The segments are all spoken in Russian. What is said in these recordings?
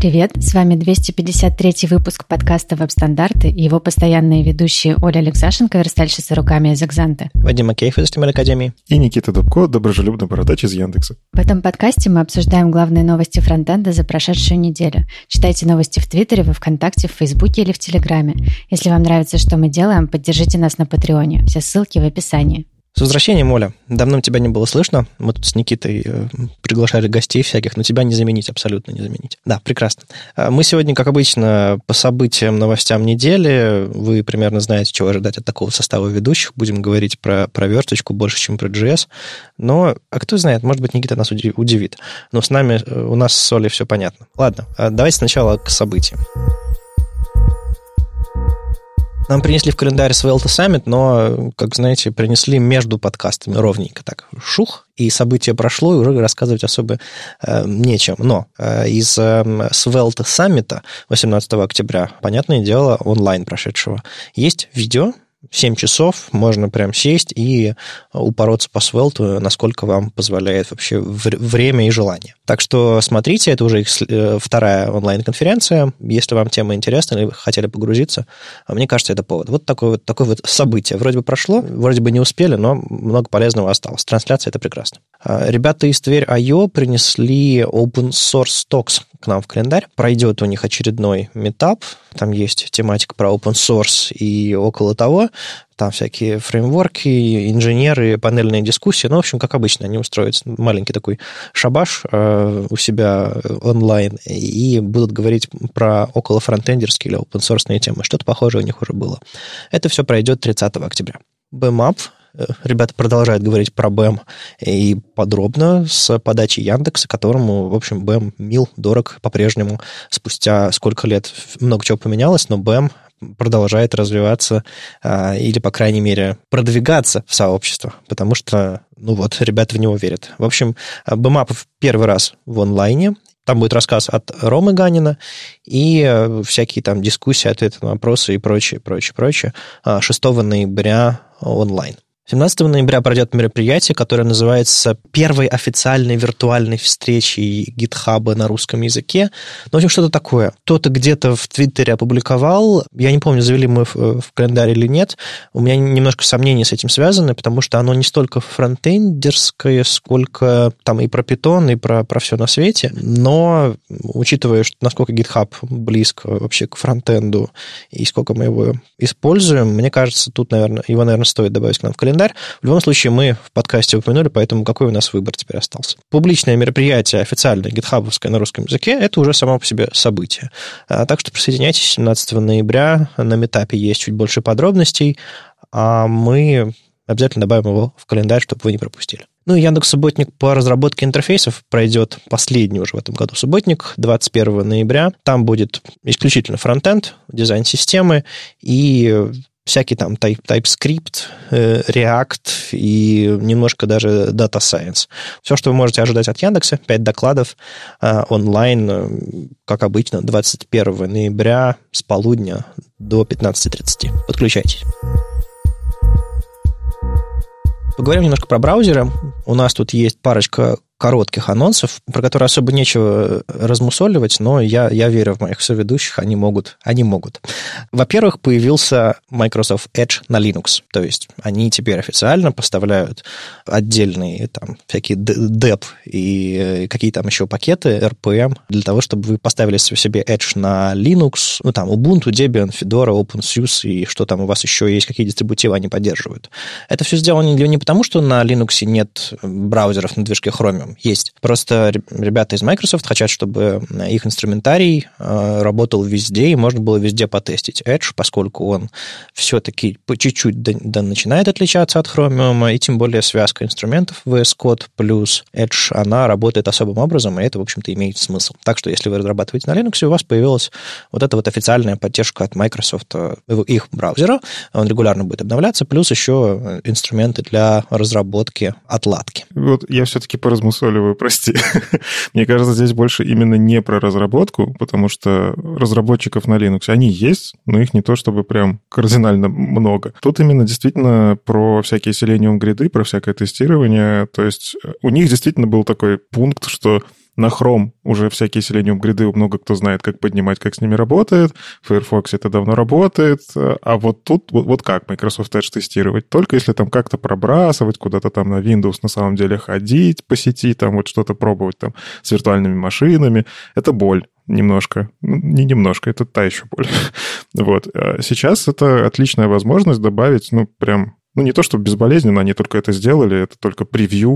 Привет, с вами 253 выпуск подкаста «Веб-стандарты» и его постоянные ведущие Оля Алексашенко, верстальщица руками из Экзанты, Вадим Макеев из HTML Академии и Никита Дубко, доброжелюбный бородач из Яндекса. В этом подкасте мы обсуждаем главные новости фронтенда за прошедшую неделю. Читайте новости в Твиттере, во Вконтакте, в Фейсбуке или в Телеграме. Если вам нравится, что мы делаем, поддержите нас на Патреоне. Все ссылки в описании. С возвращением, Оля. Давно тебя не было слышно. Мы тут с Никитой приглашали гостей всяких, но тебя не заменить, абсолютно не заменить. Да, прекрасно. Мы сегодня, как обычно, по событиям, новостям недели. Вы примерно знаете, чего ожидать от такого состава ведущих. Будем говорить про версточку больше, чем про JS. Но, кто знает, может быть, Никита нас удивит. Но с нами, у нас с Олей все понятно. Ладно, давайте сначала к событиям. Нам принесли в календарь Svelte Summit, но, как знаете, принесли между подкастами ровненько так. Шух, и событие прошло, и уже рассказывать особо нечем. Но из Svelte Summit 18 октября, понятное дело, онлайн прошедшего, есть видео, 7 часов, можно прям сесть и упороться по Svelte, насколько вам позволяет вообще время и желание. Так что смотрите, это уже их вторая онлайн-конференция. Если вам тема интересна или вы хотели погрузиться, мне кажется, это повод. Вот такое вот событие. Вроде бы прошло, вроде бы не успели, но много полезного осталось. Трансляция – это прекрасно. Ребята из Тверь.io принесли Open Source Talks к нам в календарь. Пройдет у них очередной митап. Там есть тематика про open source и около того. Там всякие фреймворки, инженеры, панельные дискуссии. Ну, в общем, как обычно, они устроят маленький такой шабаш у себя онлайн и будут говорить про около фронтендерские или open-source темы. Что-то похожее у них уже было. Это все пройдет 30 октября. BEM-Up. Ребята продолжают говорить про BEM и подробно с подачи Яндекса, которому, в общем, BEM мил, дорог по-прежнему. Спустя сколько лет много чего поменялось, но BEM продолжает развиваться или, по крайней мере, продвигаться в сообщество, потому что, ребята в него верят. В общем, BEM-Up в первый раз в онлайне. Там будет рассказ от Ромы Ганина и всякие там дискуссии, ответы на вопросы и прочее. 6 ноября онлайн. 17 ноября пройдет мероприятие, которое называется «Первой официальной виртуальной встречей GitHub на русском языке». В общем, что-то такое. Кто-то где-то в Твиттере опубликовал. Я не помню, завели мы в календарь или нет. У меня немножко сомнений с этим связаны, потому что оно не столько фронтендерское, сколько там и про Python, и про все на свете. Но, учитывая, насколько GitHub близко вообще к фронтенду и сколько мы его используем, мне кажется, тут, его стоит добавить к нам в календарь. В любом случае, мы в подкасте упомянули, поэтому какой у нас выбор теперь остался? Публичное мероприятие, официальное, гитхабовское на русском языке, это уже само по себе событие. Так что присоединяйтесь 17 ноября, на митапе есть чуть больше подробностей, а мы обязательно добавим его в календарь, чтобы вы не пропустили. И Яндекс.Субботник по разработке интерфейсов пройдет последний уже в этом году субботник, 21 ноября. Там будет исключительно фронтенд, дизайн системы и всякий там TypeScript, React и немножко даже Data Science. Все, что вы можете ожидать от Яндекса, 5 докладов онлайн, как обычно, 21 ноября с полудня до 15:30. Подключайтесь. Поговорим немножко про браузеры. У нас тут есть парочка коротких анонсов, про которые особо нечего размусоливать, но я верю в моих соведущих, они могут. Во-первых, появился Microsoft Edge на Linux, то есть они теперь официально поставляют отдельные там всякие DEP и какие там еще пакеты RPM для того, чтобы вы поставили себе Edge на Linux, Ubuntu, Debian, Fedora, OpenSUSE и что там у вас еще есть, какие дистрибутивы они поддерживают. Это все сделано не потому, что на Linux нет браузеров на движке Chromium, есть. Просто ребята из Microsoft хотят, чтобы их инструментарий работал везде, и можно было везде потестить Edge, поскольку он все-таки по чуть-чуть начинает отличаться от Chromium, и тем более связка инструментов VS Code плюс Edge, она работает особым образом, и это, в общем-то, имеет смысл. Так что, если вы разрабатываете на Linux, у вас появилась вот эта вот официальная поддержка от Microsoft, их браузера, он регулярно будет обновляться, плюс еще инструменты для разработки отладки. Вот я все-таки поразмыслил, прости. Мне кажется, здесь больше именно не про разработку, потому что разработчиков на Linux, они есть, но их не то чтобы прям кардинально много. Тут именно действительно про всякие Selenium гриды, про всякое тестирование. То есть у них действительно был такой пункт, что На Chrome уже всякие Selenium гриды много кто знает, как поднимать, как с ними работает. В Firefox это давно работает. А вот тут, вот как Microsoft Edge тестировать? Только если там как-то пробрасывать, куда-то там на Windows на самом деле ходить по сети, там вот что-то пробовать там с виртуальными машинами. Это боль. Немножко. Не немножко, это та еще боль. Вот. Сейчас это отличная возможность добавить, прям... не то, чтобы безболезненно, они только это сделали, это только превью,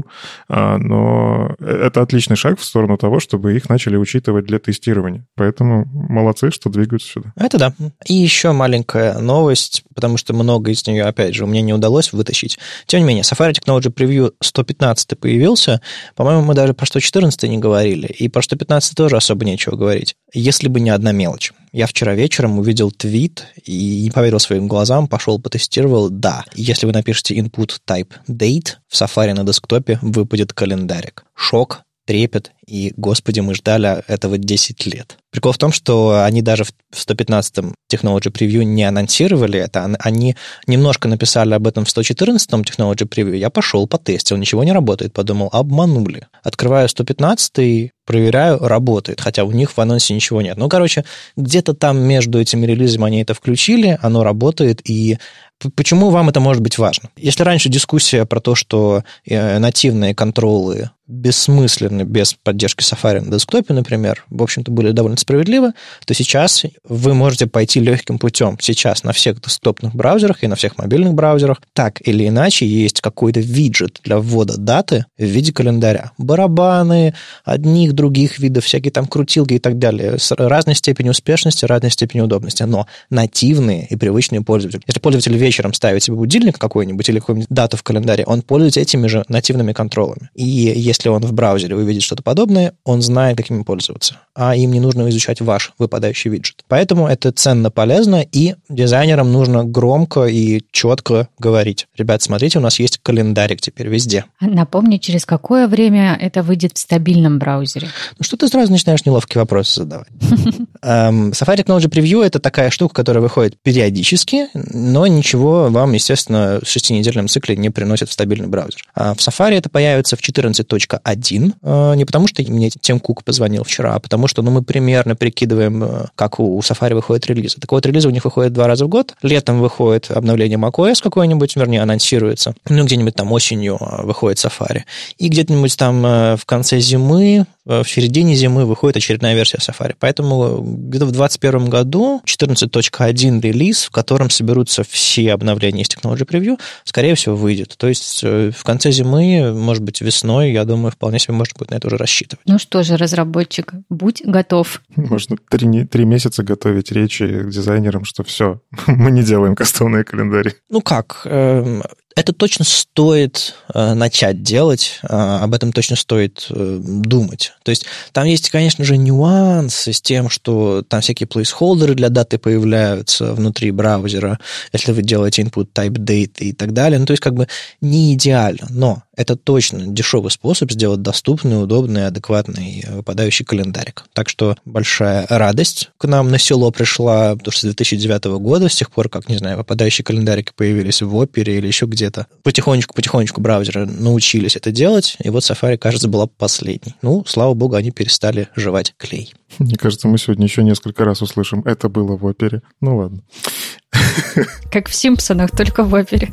но это отличный шаг в сторону того, чтобы их начали учитывать для тестирования. Поэтому молодцы, что двигаются сюда. Это да. И еще маленькая новость, потому что много из нее, опять же, мне не удалось вытащить. Тем не менее, Safari Technology Preview 115 появился. По-моему, мы даже про 114 не говорили, и про 115 тоже особо нечего говорить. Если бы не одна мелочь. Я вчера вечером увидел твит и не поверил своим глазам, пошел потестировал. Да, если вы напишете input type date, в Safari на десктопе выпадет календарик. Шок, трепет, и, господи, мы ждали этого 10 лет. Прикол в том, что они даже в 115-м Technology Preview не анонсировали это, они немножко написали об этом в 114-м Technology Preview, я пошел потестил, ничего не работает, подумал, обманули. Открываю 115-й, проверяю, работает, хотя у них в анонсе ничего нет. Где-то там между этими релизами они это включили, оно работает, и почему вам это может быть важно? Если раньше дискуссия про то, что нативные контролы бессмысленны без поддержки Safari на десктопе, например, в общем-то, были довольно справедливы, то сейчас вы можете пойти легким путем. Сейчас на всех десктопных браузерах и на всех мобильных браузерах так или иначе есть какой-то виджет для ввода даты в виде календаря. Барабаны одних, других видов, всякие там крутилки и так далее, с разной степенью успешности, разной степенью удобности, но нативные и привычные пользователи. Если пользователь вечером ставит себе будильник какой-нибудь или какую-нибудь дату в календаре, он пользуется этими же нативными контролами. И если он в браузере увидит что-то подобное, он знает, как ими пользоваться. А им не нужно изучать ваш выпадающий виджет. Поэтому это ценно, полезно, и дизайнерам нужно громко и четко говорить. Ребят, смотрите, у нас есть календарик теперь везде. Напомню, через какое время это выйдет в стабильном браузере? Что ты сразу начинаешь неловкие вопросы задавать? Safari Technology Preview — это такая штука, которая выходит периодически, но ничего вам, естественно, в 6-недельном цикле не приносит в стабильный браузер. В Safari это появится в 14.1, не потому что мне Тим Кук позвонил вчера, а потому что мы примерно прикидываем, как у Safari выходят релизы. Так вот, релизы у них выходят 2 раза в год. Летом выходит обновление macOS какое-нибудь, вернее, анонсируется. Где-нибудь там осенью выходит Safari. И где-нибудь там в конце зимы, в середине зимы выходит очередная версия Safari. Поэтому где-то в 2021 году 14.1 релиз, в котором соберутся все обновления из Technology Preview, скорее всего, выйдет. То есть в конце зимы, может быть, весной, я думаю, вполне себе можно будет на это уже рассчитывать. Ну что же, разработчик, будь готов. Можно 3 месяца готовить речи к дизайнерам, что все, мы не делаем кастомные календари. Это точно стоит начать делать, об этом точно стоит думать. То есть там есть, конечно же, нюансы с тем, что там всякие плейсхолдеры для даты появляются внутри браузера, если вы делаете input type date и так далее. То есть не идеально, но это точно дешевый способ сделать доступный, удобный, адекватный выпадающий календарик. Так что большая радость к нам на село пришла, потому что с 2009 года, с тех пор, как, не знаю, выпадающие календарики появились в Опере или еще где-то, потихонечку браузеры научились это делать, и вот Safari, кажется, была последней. Слава богу, они перестали жевать клей. Мне кажется, мы сегодня еще несколько раз услышим «это было в Опере». Ладно. Как в «Симпсонах», только в Опере.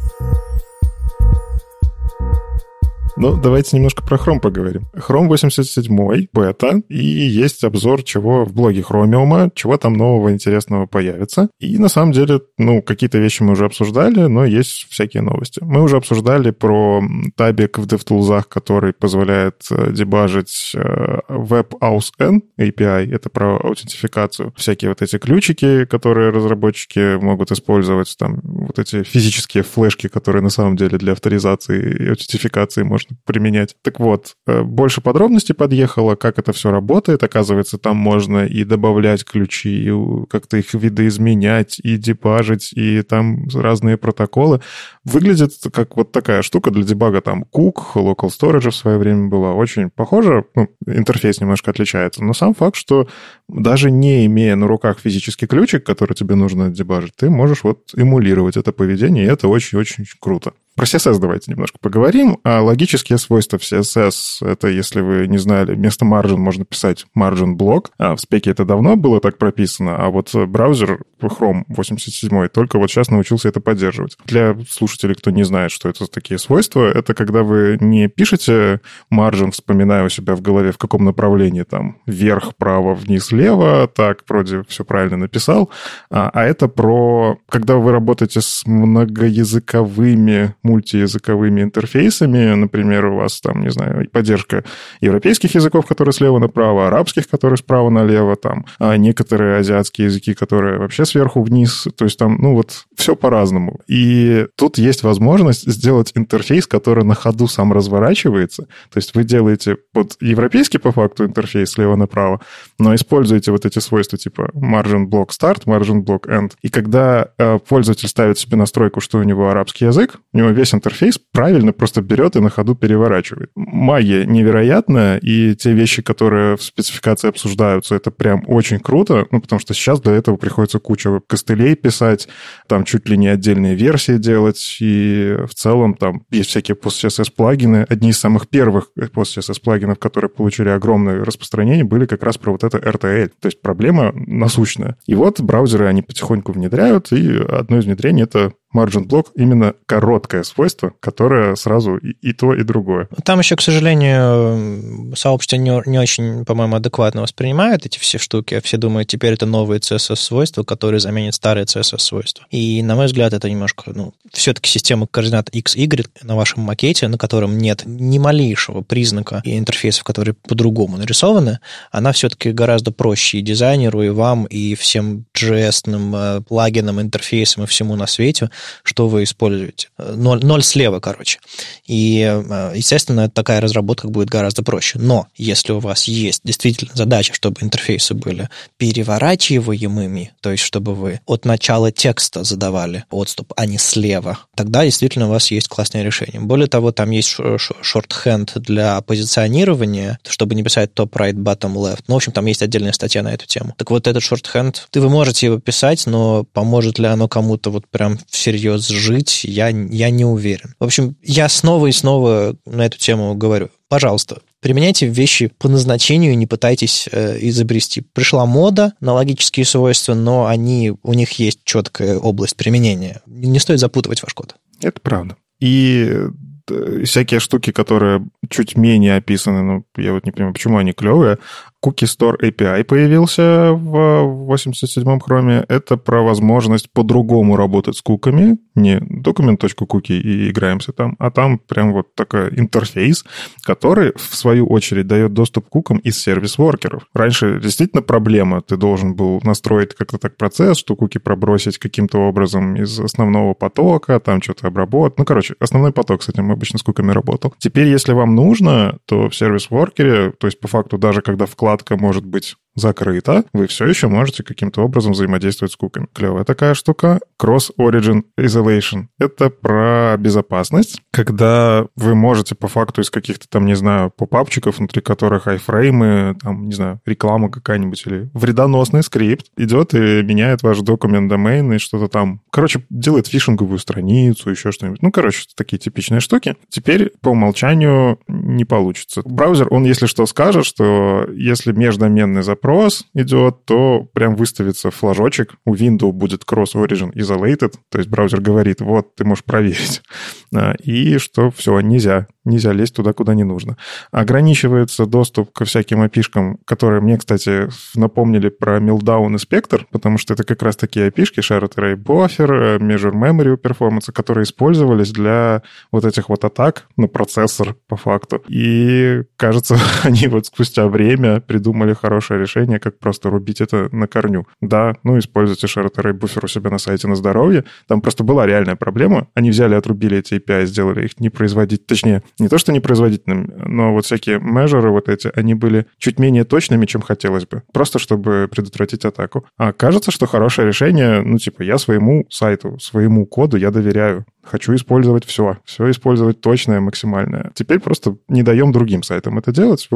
Давайте немножко про Chrome поговорим. Chrome 87 бета, и есть обзор, чего в блоге Chromium, чего там нового интересного появится. И на самом деле, какие-то вещи мы уже обсуждали, но есть всякие новости. Мы уже обсуждали про табик в DevTools, который позволяет дебажить WebAuthn API, это про аутентификацию. Всякие вот эти ключики, которые разработчики могут использовать, там вот эти физические флешки, которые на самом деле для авторизации и аутентификации можно применять. Так вот, больше подробностей подъехало, как это все работает. Оказывается, там можно и добавлять ключи, и как-то их видоизменять, и дебажить, и там разные протоколы. Выглядит как вот такая штука для дебага. Там Cook, Local Storage в свое время была очень похожа. Интерфейс немножко отличается. Но сам факт, что даже не имея на руках физический ключик, который тебе нужно дебажить, ты можешь эмулировать это поведение, и это очень-очень круто. Про CSS давайте немножко поговорим. А логические свойства в CSS, это, если вы не знали, вместо margin можно писать margin block. В спеке это давно было так прописано, а вот браузер Chrome 87 только вот сейчас научился это поддерживать. Для слушателей, кто не знает, что это за такие свойства, это когда вы не пишете margin, вспоминая у себя в голове, в каком направлении, там, вверх, право, вниз, лево, так, вроде все правильно написал, а это про, когда вы работаете с многоязыковыми, мультиязыковыми интерфейсами, например, у вас там, не знаю, поддержка европейских языков, которые слева направо, арабских, которые справа налево, там, а некоторые азиатские языки, которые вообще сверху вниз, то есть там, ну вот, все по-разному. И тут есть возможность сделать интерфейс, который на ходу сам разворачивается, то есть вы делаете вот европейский по факту интерфейс слева направо, но используете вот эти свойства типа margin block start, margin block end, и когда пользователь ставит себе настройку, что у него арабский язык, у него весь интерфейс правильно просто берет и на ходу переворачивает. Магия невероятная, и те вещи, которые в спецификации обсуждаются, это прям очень круто, ну, потому что сейчас для этого приходится куча веб-костылей писать, там чуть ли не отдельные версии делать, и в целом там есть всякие post-CSS-плагины. Одни из самых первых post-CSS-плагинов, которые получили огромное распространение, были как раз про вот это RTL, то есть проблема насущная. И вот браузеры, они потихоньку внедряют, и одно из внедрений — это margin block, именно короткое свойство, которое сразу и то, и другое. Там еще, к сожалению, сообщество не очень, по-моему, адекватно воспринимает эти все штуки. Все думают, теперь это новые CSS-свойства, которые заменят старые CSS-свойства. И, на мой взгляд, это немножко, все-таки система координат X, Y на вашем макете, на котором нет ни малейшего признака и интерфейсов, которые по-другому нарисованы, она все-таки гораздо проще и дизайнеру, и вам, и всем JS-ным плагинам, интерфейсам и всему на свете, что вы используете. Ноль слева, короче. И, естественно, такая разработка будет гораздо проще. Но если у вас есть действительно задача, чтобы интерфейсы были переворачиваемыми, то есть чтобы вы от начала текста задавали отступ, а не слева, тогда действительно у вас есть классное решение. Более того, там есть шортхенд для позиционирования, чтобы не писать top, right, bottom, left. Ну, в общем, там есть отдельная статья на эту тему. Так вот, этот шортхенд, вы можете его писать, но поможет ли оно кому-то вот прям всерьез жить, я не уверен. В общем, я снова и снова на эту тему говорю. Пожалуйста, применяйте вещи по назначению, не пытайтесь изобрести. Пришла мода на логические свойства, но у них есть четкая область применения. Не стоит запутывать ваш код. Это правда. И всякие штуки, которые чуть менее описаны, ну, я вот не понимаю, почему они клевые. Cookie Store API появился в 87-м Chrome. Это про возможность по-другому работать с куками. Не document.cookie и играемся там, а там прям вот такой интерфейс, который, в свою очередь, дает доступ к кукам из сервис-воркеров. Раньше действительно проблема. Ты должен был настроить как-то так процесс, что куки пробросить каким-то образом из основного потока, там что-то обработать. Ну, короче, основной поток с этим обычно с куками работал. Теперь, если вам нужно, то в сервис-воркере, то есть по факту даже когда вкладка может быть закрыта, вы все еще можете каким-то образом взаимодействовать с куками. Клевая такая штука. Cross-Origin Isolation. Это про безопасность, когда вы можете по факту из каких-то там, не знаю, попапчиков, внутри которых айфреймы, там, не знаю, реклама какая-нибудь или вредоносный скрипт идет и меняет ваш документ-домен и что-то там. Короче, делает фишинговую страницу, еще что-нибудь. Ну, короче, такие типичные штуки. Теперь по умолчанию не получится. Браузер, он, если что, скажет, что если междоменный запрос идет, то прям выставится флажочек. У Windows будет Cross-Origin Isolated, то есть браузер говорит, вот, ты можешь проверить. И что все, нельзя лезть туда, куда не нужно. Ограничивается доступ ко всяким API-шкам, которые мне, кстати, напомнили про Meltdown и Spectre, потому что это как раз такие API-шки, Shared Array Buffer, Measure Memory Performance, которые использовались для вот этих вот атак на процессор, по факту. И, кажется, они вот спустя время придумали хорошее решение, как просто рубить это на корню. Да, используйте Shared Array Buffer у себя на сайте на здоровье. Там просто была реальная проблема. Они взяли, отрубили эти API, сделали их непроизводительными, точнее, не то, что непроизводительными, но вот всякие measure вот эти, они были чуть менее точными, чем хотелось бы. Просто чтобы предотвратить атаку. А кажется, что хорошее решение, я своему сайту, своему коду я доверяю. Хочу использовать все использовать точное, максимальное. Теперь просто не даем другим сайтам это делать. В общем,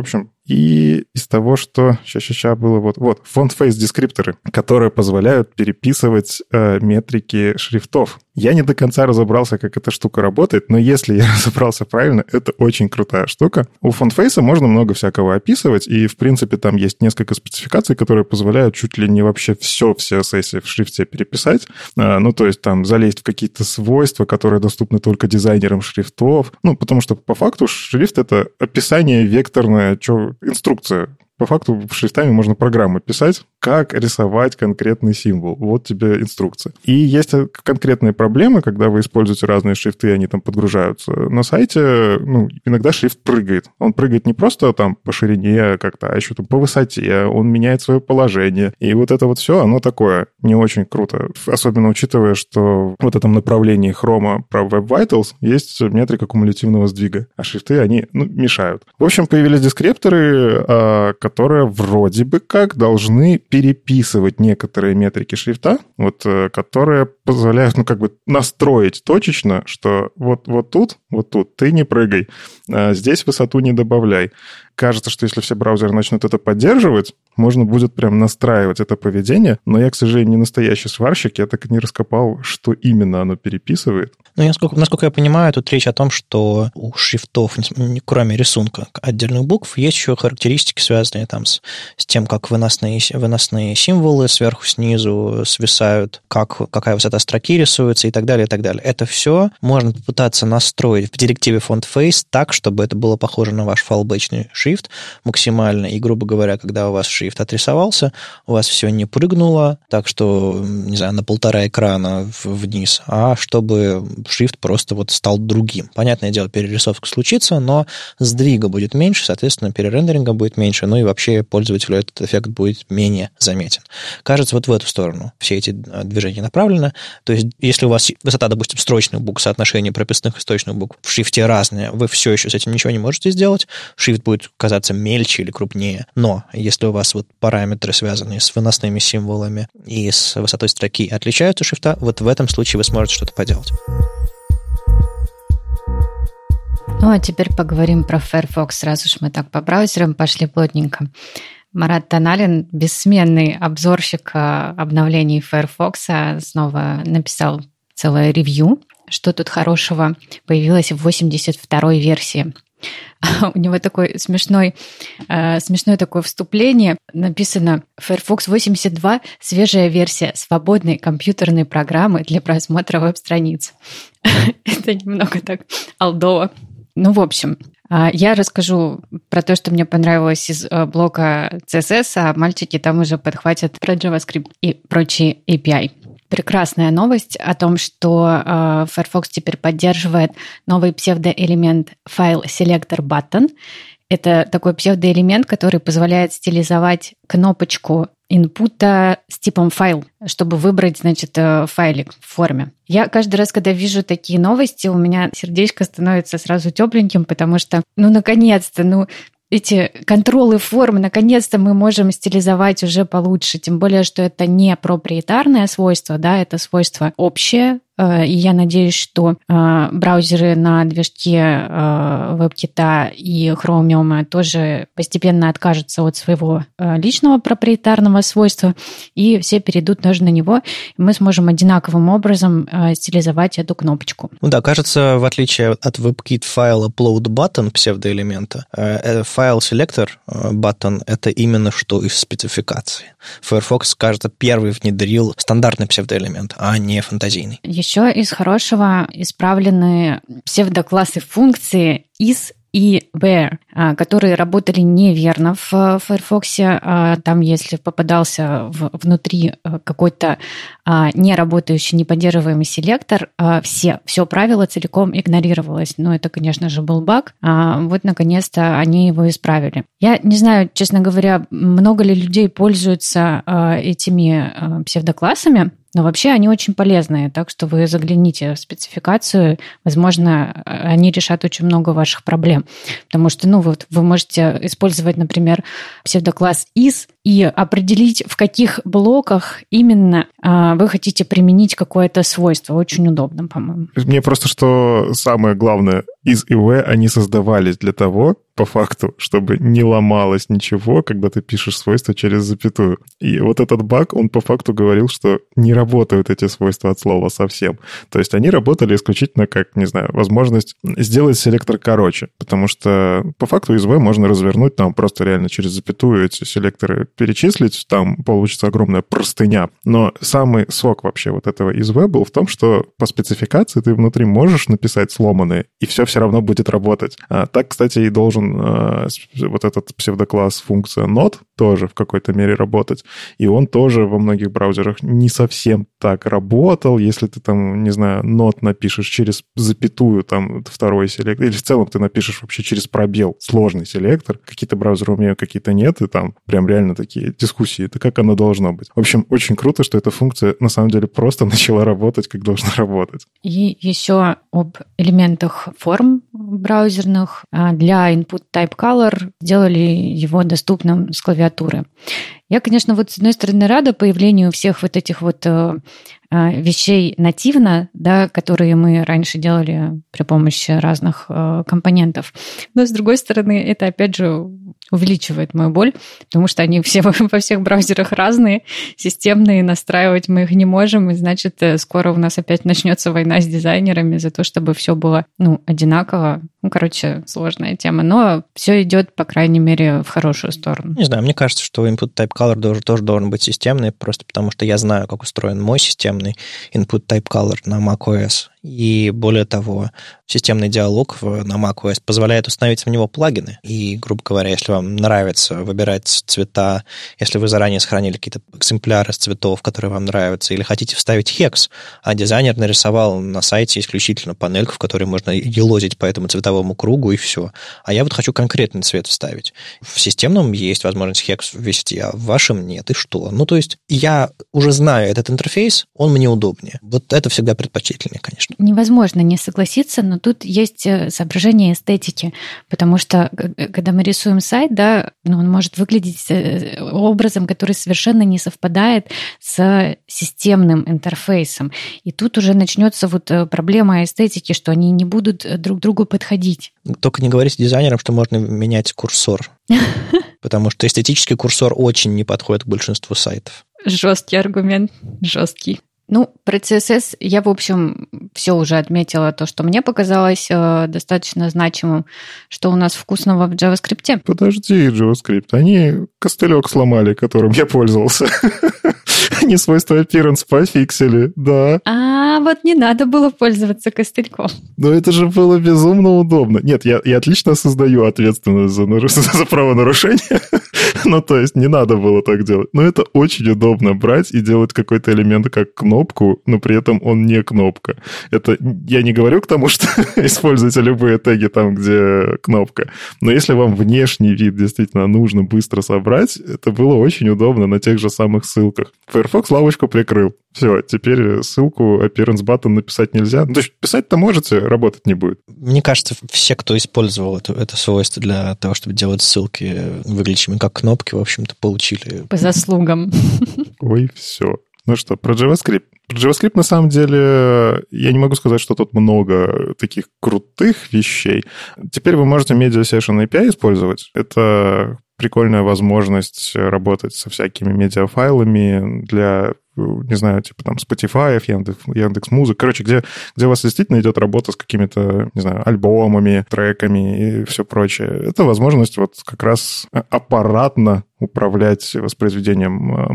И из того, что сейчас было вот font-face-дескрипторы, которые позволяют переписывать метрики шрифтов. Я не до конца разобрался, как эта штука работает, но если я разобрался правильно, это очень крутая штука. У фонтфейса можно много всякого описывать, и, в принципе, там есть несколько спецификаций, которые позволяют чуть ли не вообще все в CSS в шрифте переписать. Ну, то есть там залезть в какие-то свойства, которые доступны только дизайнерам шрифтов. Ну, потому что по факту шрифт — это описание векторное, инструкция. По факту шрифтами можно программы писать, как рисовать конкретный символ. Вот тебе инструкция. И есть конкретные проблемы, когда вы используете разные шрифты, они там подгружаются. На сайте, иногда шрифт прыгает. Он прыгает не просто там по ширине как-то, а еще там по высоте. Он меняет свое положение. И вот это вот все, оно такое не очень круто. Особенно учитывая, что в этом направлении Chrome про Web Vitals есть метрика кумулятивного сдвига. А шрифты, они мешают. В общем, появились дескрипторы, которые вроде бы как должны переписывать некоторые метрики шрифта, которые позволяют, настроить точечно, что вот тут ты не прыгай, здесь высоту не добавляй. Кажется, что если все браузеры начнут это поддерживать, можно будет прям настраивать это поведение, но я, к сожалению, не настоящий сварщик, я так и не раскопал, что именно оно переписывает. Насколько я понимаю, тут речь о том, что у шрифтов, кроме рисунка отдельных букв, есть еще характеристики, связанные там с тем, как выносные символы сверху, снизу свисают, какая высота строки рисуется и так далее, и так далее. Это все можно попытаться настроить в директиве FontFace так, чтобы это было похоже на ваш фалбэчный шрифт максимально, и, грубо говоря, когда у вас шрифт отрисовался, у вас все не прыгнуло, так что, не знаю, на 1,5 экрана вниз, а чтобы шрифт просто стал другим. Понятное дело, перерисовка случится, но сдвига будет меньше, соответственно, перерендеринга будет меньше, и вообще пользователю этот эффект будет менее заметен. Кажется, в эту сторону все эти движения направлены. То есть, если у вас высота, допустим, строчных букв, соотношение прописных и строчных букв в шрифте разные, вы все еще с этим ничего не можете сделать. Шрифт будет казаться мельче или крупнее. Но если у вас параметры, связанные с выносными символами и с высотой строки, отличаются от шрифта, в этом случае вы сможете что-то поделать. А теперь поговорим про Firefox. Раз уж мы так по браузерам пошли плотненько. Марат Таналин, бессменный обзорщик обновлений Firefox, снова написал целое ревью, что тут хорошего появилось в 82-й версии. У него такое смешное такое вступление. Написано: Firefox 82 – свежая версия свободной компьютерной программы для просмотра веб-страниц. Это немного так олдово. В общем, я расскажу про то, что мне понравилось из блока CSS, а мальчики там уже подхватят про JavaScript и прочие API. Прекрасная новость о том, что Firefox теперь поддерживает новый псевдоэлемент File Selector Button. Это такой псевдоэлемент, который позволяет стилизовать кнопочку инпута с типом файл, чтобы выбрать, файлик в форме. Я каждый раз, когда вижу такие новости, у меня сердечко становится сразу тепленьким, потому что, наконец-то, эти контролы форм, наконец-то мы можем стилизовать уже получше. Тем более, что это не проприетарное свойство, да, это свойство общее. И я надеюсь, что браузеры на движке WebKit и Chromium тоже постепенно откажутся от своего личного проприетарного свойства, и все перейдут тоже на него, и мы сможем одинаковым образом стилизовать эту кнопочку. Кажется, в отличие от WebKit файла upload button псевдоэлемента, файл selector button — это именно что из спецификации. Firefox, кажется, первый внедрил стандартный псевдоэлемент, а не фантазийный. Еще из хорошего исправлены псевдоклассы функции is и where, которые работали неверно в Firefox. Там, если попадался внутри какой-то неработающий, неподдерживаемый селектор, все правила целиком игнорировалось. Это, конечно же, был баг. Наконец-то они его исправили. Я не знаю, честно говоря, много ли людей пользуются этими псевдоклассами, но вообще они очень полезные, так что вы загляните в спецификацию, возможно, они решат очень много ваших проблем. Потому что, вы можете использовать, например, псевдокласс is и определить, в каких блоках именно вы хотите применить какое-то свойство. Очень удобно, по-моему. Мне просто, что самое главное, is и where они создавались для того, по факту, чтобы не ломалось ничего, когда ты пишешь свойства через запятую. И вот этот баг, он по факту говорил, что не работают эти свойства от слова совсем. То есть они работали исключительно как, не знаю, возможность сделать селектор короче, потому что по факту из V можно развернуть там просто реально через запятую эти селекторы перечислить, там получится огромная простыня. Но самый сок вообще вот этого из V был в том, что по спецификации ты внутри можешь написать сломанные, и все равно будет работать. Так, кстати, и должен вот этот псевдокласс функция not тоже в какой-то мере работать. И он тоже во многих браузерах не совсем так работал. Если ты там, не знаю, not напишешь через запятую, там, второй селектор, или в целом ты напишешь вообще через пробел сложный селектор, какие-то браузеры умеют, какие-то нет, и там прям реально такие дискуссии. Это как оно должно быть. В общем, очень круто, что эта функция на самом деле просто начала работать, как должна работать. И еще об элементах форм браузерных. Для input type color сделали его доступным с клавиатуры. Я, конечно, вот с одной стороны рада появлению всех вот этих вот вещей нативно, да, которые мы раньше делали при помощи разных компонентов. Но, с другой стороны, это, опять же, увеличивает мою боль, потому что они все во всех браузерах разные, системные, настраивать мы их не можем, и, значит, скоро у нас опять начнется война с дизайнерами за то, чтобы все было, одинаково. Короче, сложная тема, но все идет, по крайней мере, в хорошую сторону. Не знаю, мне кажется, что input type color тоже должен быть системный, просто потому что я знаю, как устроен мой системный input type color на macOS. И более того, системный диалог на macOS позволяет установить в него плагины. И, грубо говоря, если вам нравится выбирать цвета, если вы заранее сохранили какие-то экземпляры цветов, которые вам нравятся, или хотите вставить хекс, а дизайнер нарисовал на сайте исключительно панельку, в которой можно елозить по этому цветовому кругу, и все. А я вот хочу конкретный цвет вставить. В системном есть возможность хекс ввести, а в вашем нет. И что? То есть я уже знаю этот интерфейс, он мне удобнее. Вот это всегда предпочтительнее, конечно. Невозможно не согласиться, но тут есть соображение эстетики, потому что когда мы рисуем сайт, да, он может выглядеть образом, который совершенно не совпадает с системным интерфейсом. И тут уже начнется вот проблема эстетики, что они не будут друг другу подходить. Только не говорите дизайнерам, что можно менять курсор, потому что эстетический курсор очень не подходит к большинству сайтов. Жесткий аргумент, жесткий. Про CSS я, в общем, все уже отметила, то, что мне показалось достаточно значимым, что у нас вкусного в JavaScript. Подожди, JavaScript. Они костылек сломали, которым я пользовался. Они свойства appearance пофиксили, да. Вот не надо было пользоваться костыльком. Но это же было безумно удобно. Нет, я отлично осознаю ответственность за правонарушение. То есть не надо было так делать. Но это очень удобно брать и делать какой-то элемент как кнопку, но при этом он не кнопка. Это я не говорю к тому, что используйте любые теги там, где кнопка. Но если вам внешний вид действительно нужно быстро собрать, это было очень удобно на тех же самых ссылках. Firefox лавочку прикрыл. Все, теперь ссылку appearance button написать нельзя. То есть писать-то можете, работать не будет. Мне кажется, все, кто использовал это свойство для того, чтобы делать ссылки выглядящими как кнопки, в общем-то, получили. По заслугам. Ой, все. Ну что, про JavaScript. Про JavaScript, на самом деле, я не могу сказать, что тут много таких крутых вещей. Теперь вы можете Media Session API использовать. Это прикольная возможность работать со всякими медиафайлами для, не знаю, типа там Spotify, Яндекс.Музык. Короче, где у вас действительно идет работа с какими-то, не знаю, альбомами, треками и все прочее. Это возможность вот как раз аппаратно управлять воспроизведением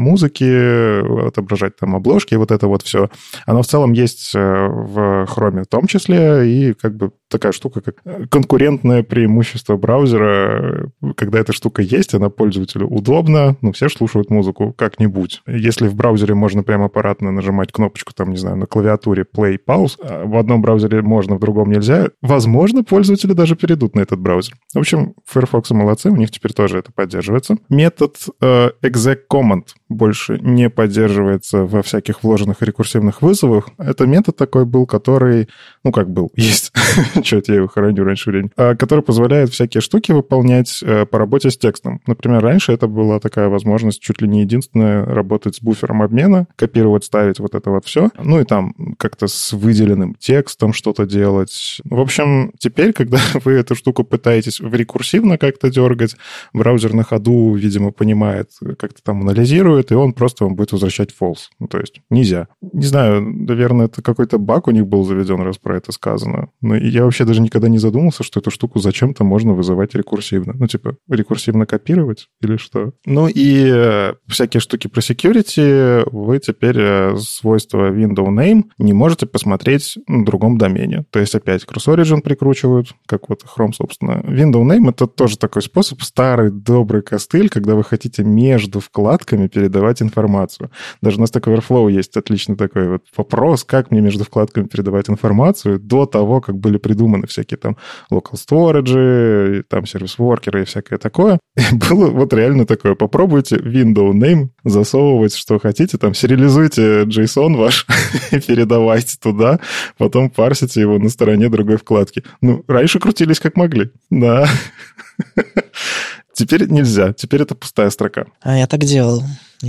музыки, отображать там обложки, вот это вот все. Оно в целом есть в Chrome в том числе, и как бы такая штука, как конкурентное преимущество браузера. Когда эта штука есть, она пользователю удобна, все слушают музыку как-нибудь. Если в браузере можно прямо аппаратно нажимать кнопочку, там, не знаю, на клавиатуре play, pause, а в одном браузере можно, в другом нельзя, возможно, пользователи даже перейдут на этот браузер. В общем, Firefox молодцы, у них теперь тоже это поддерживается. Метод exec command больше не поддерживается во всяких вложенных рекурсивных вызовах. Это метод такой был, который, есть, что-то я его хороню раньше времени, который позволяет всякие штуки выполнять по работе с текстом. Например, раньше это была такая возможность чуть ли не единственная работать с буфером обмена, копировать, ставить вот это вот все, и там как-то с выделенным текстом что-то делать. В общем, теперь, когда вы эту штуку пытаетесь рекурсивно как-то дергать, браузер на ходу, видимо, понимает, как-то там анализирует, и он просто вам будет возвращать false. То есть нельзя. Не знаю, наверное, это какой-то баг у них был заведен, раз про это сказано. Но я вообще даже никогда не задумался, что эту штуку зачем-то можно вызывать рекурсивно. Рекурсивно копировать или что? И всякие штуки про security вы теперь свойства window name не можете посмотреть на другом домене. То есть опять cross-origin прикручивают, как вот Chrome, собственно. Window name — это тоже такой способ, старый добрый костыль, когда вы хотите между вкладками передавать информацию. Даже у нас Stack Overflow есть отличный такой вот вопрос, как мне между вкладками передавать информацию до того, как были придуманы всякие там local storage, там сервис-воркеры и всякое такое. И было вот реально такое. Попробуйте window name засовывать, что хотите, там сериализуйте JSON ваш и передавайте туда, потом парсите его на стороне другой вкладки. Раньше крутились как могли. Да. Теперь нельзя. Теперь это пустая строка. Я так делал,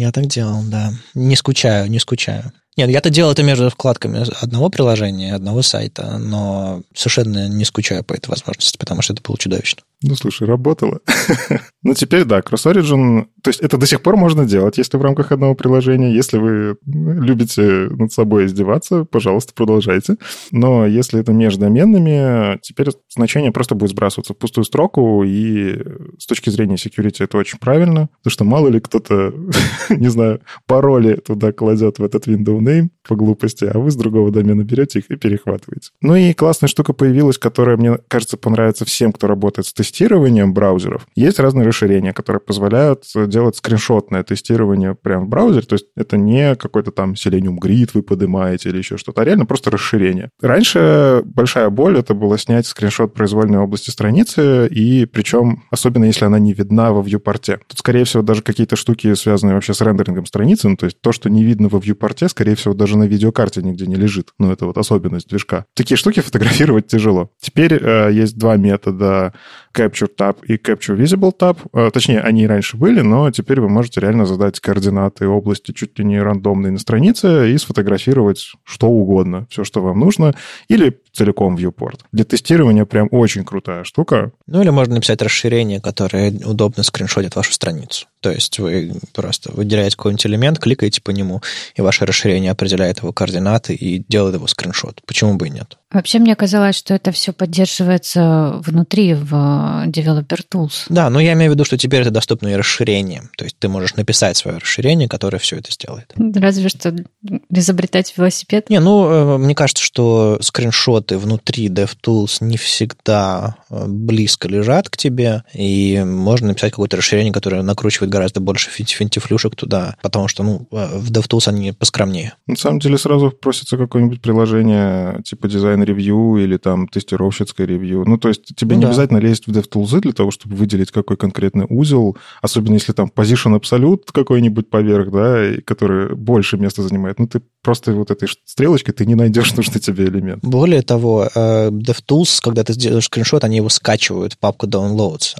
да. Не скучаю. Нет, я-то делал это между вкладками одного приложения, одного сайта, но совершенно не скучаю по этой возможности, потому что это было чудовищно. Слушай, работало. Теперь, да, Cross-Origin... То есть это до сих пор можно делать, если в рамках одного приложения. Если вы любите над собой издеваться, пожалуйста, продолжайте. Но если это между доменными, теперь значение просто будет сбрасываться в пустую строку, и с точки зрения security это очень правильно, потому что мало ли кто-то, не знаю, пароли туда кладет в этот window name по глупости, а вы с другого домена берете их и перехватываете. И классная штука появилась, которая, мне кажется, понравится всем, кто работает с тестированием браузеров. Есть разные расширения, которые позволяют делать скриншотное тестирование прямо в браузере. То есть это не какой-то там Selenium Grid вы поднимаете или еще что-то, а реально просто расширение. Раньше большая боль — это было снять скриншот произвольной области страницы, и причем, особенно если она не видна во вьюпорте. Тут, скорее всего, даже какие-то штуки, связанные вообще с рендерингом страницы, то есть то, что не видно во вьюпорте, скорее всего, даже на видеокарте нигде не лежит. Это вот особенность движка. Такие штуки фотографировать тяжело. Теперь есть два метода — Capture Tab и Capture Visible Tab. Точнее, они и раньше были, но теперь вы можете реально задать координаты области чуть ли не рандомные на странице и сфотографировать что угодно, все, что вам нужно, или целиком viewport. Для тестирования прям очень крутая штука. Или можно написать расширение, которое удобно скриншотит вашу страницу. То есть вы просто выделяете какой-нибудь элемент, кликаете по нему, и ваше расширение определяет его координаты и делает его скриншот. Почему бы и нет? Вообще, мне казалось, что это все поддерживается внутри в Developer Tools. Да, но я имею в виду, что теперь это доступно и расширением. То есть ты можешь написать свое расширение, которое все это сделает. Разве что изобретать велосипед. Мне кажется, что скриншоты внутри DevTools не всегда близко лежат к тебе, и можно написать какое-то расширение, которое накручивает гораздо больше финтифлюшек туда, потому что, в DevTools они поскромнее. На самом деле сразу просится какое-нибудь приложение типа дизайн-ревью или там тестировщицкое ревью. То есть тебе не обязательно лезть в DevTools для того, чтобы выделить какой конкретный узел, особенно если там Position Absolute какой-нибудь поверх, да, который больше места занимает. Ты просто вот этой стрелочкой ты не найдешь нужный тебе элемент. Более того, DevTools, когда ты сделаешь скриншот, они его скачивают в папку Downloads.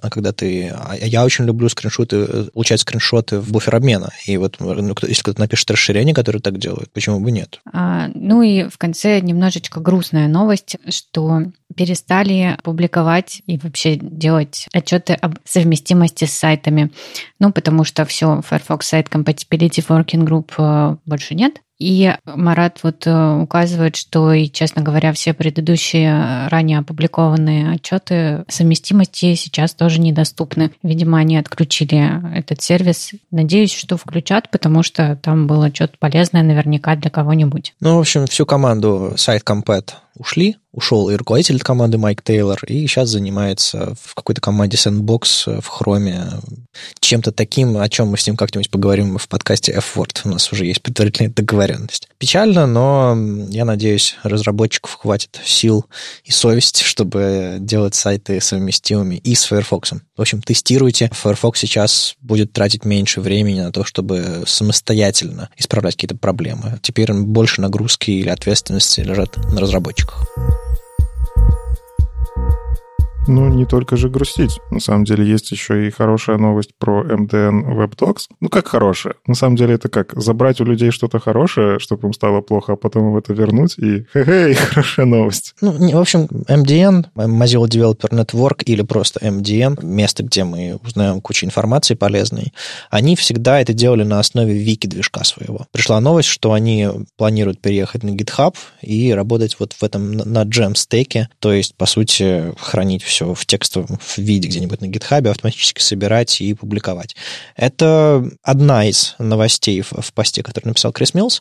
Я очень люблю получать скриншоты в буфер обмена. И вот если кто-то напишет расширение, которое так делает, почему бы нет? И в конце немножечко грустная новость, что перестали публиковать и вообще делать отчеты об совместимости с сайтами. Потому что все, Firefox Site Compatibility Working Group больше нет. И Марат указывает, что, и, честно говоря, все предыдущие ранее опубликованные отчеты совместимости сейчас тоже недоступны. Видимо, они отключили этот сервис. Надеюсь, что включат, потому что там было что-то полезное наверняка для кого-нибудь. В общем, всю команду SiteCompat ушли, ушел и руководитель команды Майк Тейлор, и сейчас занимается в какой-то команде Sandbox в Chrome чем-то таким, о чем мы с ним как-нибудь поговорим в подкасте F-Word. У нас уже есть предварительная договоренность. Печально, но я надеюсь, разработчиков хватит сил и совести, чтобы делать сайты совместимыми и с Firefox. В общем, тестируйте. Firefox сейчас будет тратить меньше времени на то, чтобы самостоятельно исправлять какие-то проблемы. Теперь больше нагрузки или ответственности лежат на разработчиках. Ну, не только же грустить. На самом деле есть еще и хорошая новость про MDN WebDocs. Ну, как хорошая? На самом деле это как? Забрать у людей что-то хорошее, чтобы им стало плохо, а потом им это вернуть, и хе-хей, хорошая новость. Ну, в общем, MDN, Mozilla Developer Network, или просто MDN, место, где мы узнаем кучу информации полезной, они всегда это делали на основе вики-движка своего. Пришла новость, что они планируют переехать на GitHub и работать вот в этом на Jamstack, то есть, по сути, хранить все в текстовом виде где-нибудь на GitHub, автоматически собирать и публиковать. Это одна из новостей в посте, который написал Крис Миллс,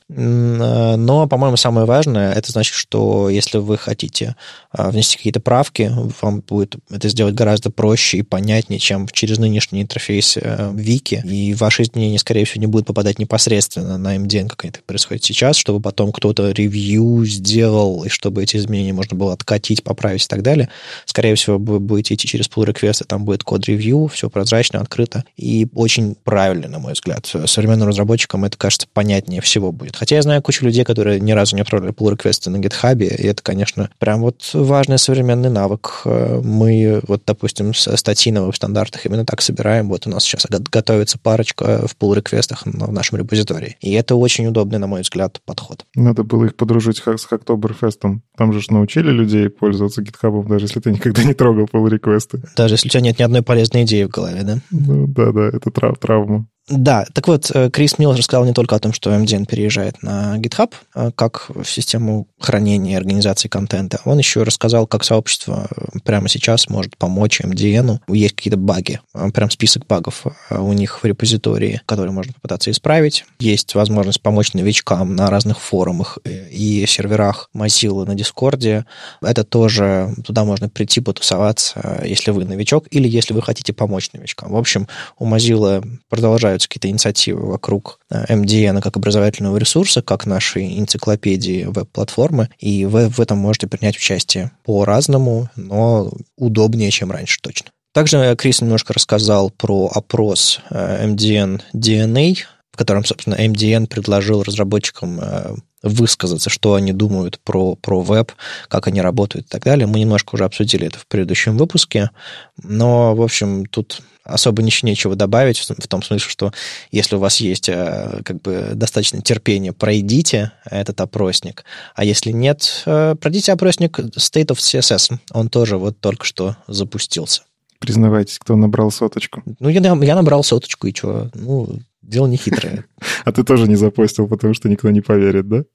но, по-моему, самое важное, это значит, что если вы хотите внести какие-то правки, вам будет это сделать гораздо проще и понятнее, чем через нынешний интерфейс Вики, и ваши изменения, скорее всего, не будут попадать непосредственно на MDN, как это происходит сейчас, чтобы потом кто-то ревью сделал, и чтобы эти изменения можно было откатить, поправить и так далее. Скорее всего, вы будете идти через pull request, там будет код-ревью, все прозрачно, открыто и очень правильно, на мой взгляд. Современным разработчикам это, кажется, понятнее всего будет. Хотя я знаю кучу людей, которые ни разу не отправляли pull request на GitHub, и это, конечно, прям вот важный современный навык. Мы, вот, допустим, статьи на веб-стандартах именно так собираем. Вот у нас сейчас готовится парочка в pull request'ах в нашем репозитории. И это очень удобный, на мой взгляд, подход. Надо было их подружить с Hacktoberfest'ом. Там же научили людей пользоваться GitHub, даже если ты никогда не трогал pull-реквесты. Даже если у тебя нет ни одной полезной идеи в голове, да? Ну, да, это травма. Да, так вот, Крис Миллс рассказал не только о том, что MDN переезжает на GitHub, как в систему хранения и организации контента, он еще рассказал, как сообщество прямо сейчас может помочь MDN. Есть какие-то баги, прям список багов у них в репозитории, которые можно попытаться исправить. Есть возможность помочь новичкам на разных форумах и серверах Mozilla на Дискорде. Это тоже, туда можно прийти потусоваться, если вы новичок или если вы хотите помочь новичкам. В общем, у Mozilla продолжают какие-то инициативы вокруг MDN как образовательного ресурса, как нашей энциклопедии веб-платформы, и вы в этом можете принять участие по-разному, но удобнее, чем раньше точно. Также Крис немножко рассказал про опрос MDN DNA, в котором, собственно, MDN предложил разработчикам высказаться, что они думают про веб, как они работают и так далее. Мы немножко уже обсудили это в предыдущем выпуске, но, в общем, тут особо нечего добавить, в том смысле, что если у вас есть как бы достаточно терпения, пройдите этот опросник, а если нет, пройдите опросник State of CSS, он тоже вот только что запустился. Признавайтесь, кто набрал 100. Ну, я набрал 100, и что? Ну, дело не хитрое. А ты тоже не запостил, потому что никто не поверит, да?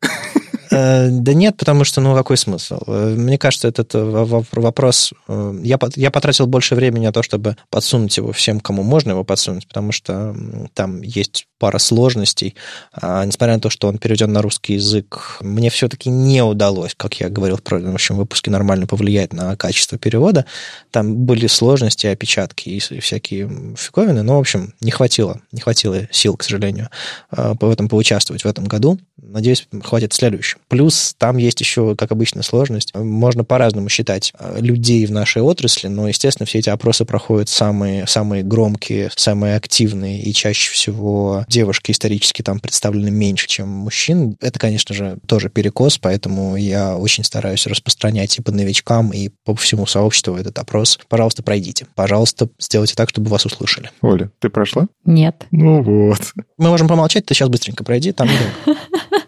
Да нет, потому что, какой смысл? Мне кажется, этот вопрос... Я потратил больше времени на то, чтобы подсунуть его всем, кому можно его подсунуть, потому что там есть пара сложностей. Несмотря на то, что он переведен на русский язык, мне все-таки не удалось, как я говорил в предыдущем выпуске, нормально повлиять на качество перевода. Там были сложности, опечатки и всякие фиговины, но, в общем, не хватило сил, к сожалению, в этом поучаствовать в этом году. Надеюсь, хватит в следующем. Плюс там есть еще, как обычно, сложность. Можно по-разному считать людей в нашей отрасли, но, естественно, все эти опросы проходят самые громкие, самые активные, и чаще всего девушки исторически там представлены меньше, чем мужчин. Это, конечно же, тоже перекос, поэтому я очень стараюсь распространять и по новичкам, и по всему сообществу этот опрос. Пожалуйста, пройдите. Пожалуйста, сделайте так, чтобы вас услышали. Оля, ты прошла? Нет. Ну вот. Мы можем помолчать, ты сейчас быстренько пройди, там недолго.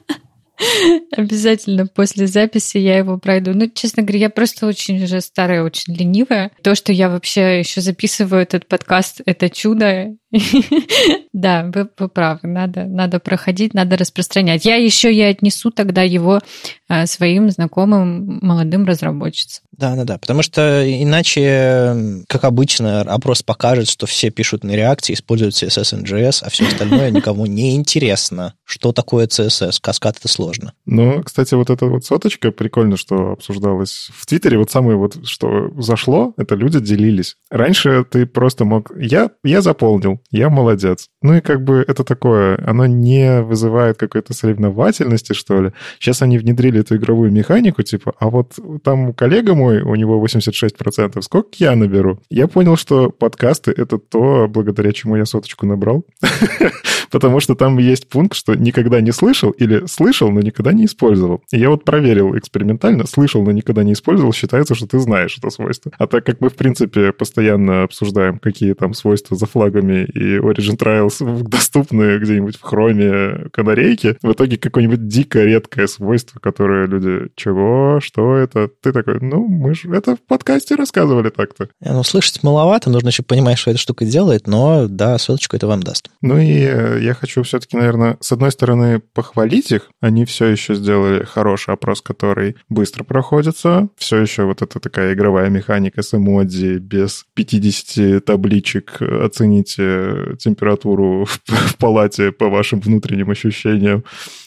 Обязательно после записи я его пройду. Ну, честно говоря, я просто очень уже старая, очень ленивая. То, что я вообще еще записываю этот подкаст, это чудо. Да, вы правы, надо проходить, надо распространять. Я отнесу тогда его своим знакомым молодым разработчицам. Да, потому что иначе, как обычно, опрос покажет, что все пишут на React, используют CSS и JS, а все остальное никому не интересно. Что такое CSS? Каскад — это сложно. Ну, кстати, вот эта вот соточка, прикольно, что обсуждалось в Твиттере. Вот самое вот, что зашло, это люди делились. Раньше ты просто мог... Я заполнил, я молодец. Ну и как бы это такое, оно не вызывает какой-то соревновательности, что ли. Сейчас они внедрили эту игровую механику, типа, а вот там коллега мой, у него 86%, сколько я наберу? Я понял, что подкасты — это то, благодаря чему я соточку набрал. Потому что там есть пункт, что никогда не слышал или слышал, но никогда не использовал. И я вот проверил экспериментально, слышал, но никогда не использовал, считается, что ты знаешь это свойство. А так как мы, в принципе, постоянно обсуждаем, какие там свойства за флагами и Origin Trials доступны где-нибудь в хроме канарейки, в итоге какое-нибудь дико редкое свойство, которое люди... Чего? Что это? Ты такой, ну, мы же это в подкасте рассказывали так-то. Ну, слышать маловато, нужно еще понимать, что эта штука делает, но, да, соточку это вам даст. Ну и я хочу все-таки, наверное, с одной стороны, похвалить их. Они все еще сделали хороший опрос, который быстро проходится. Все еще вот эта такая игровая механика с эмодзи, без 50 табличек. Оцените температуру в палате по вашим внутренним ощущениям.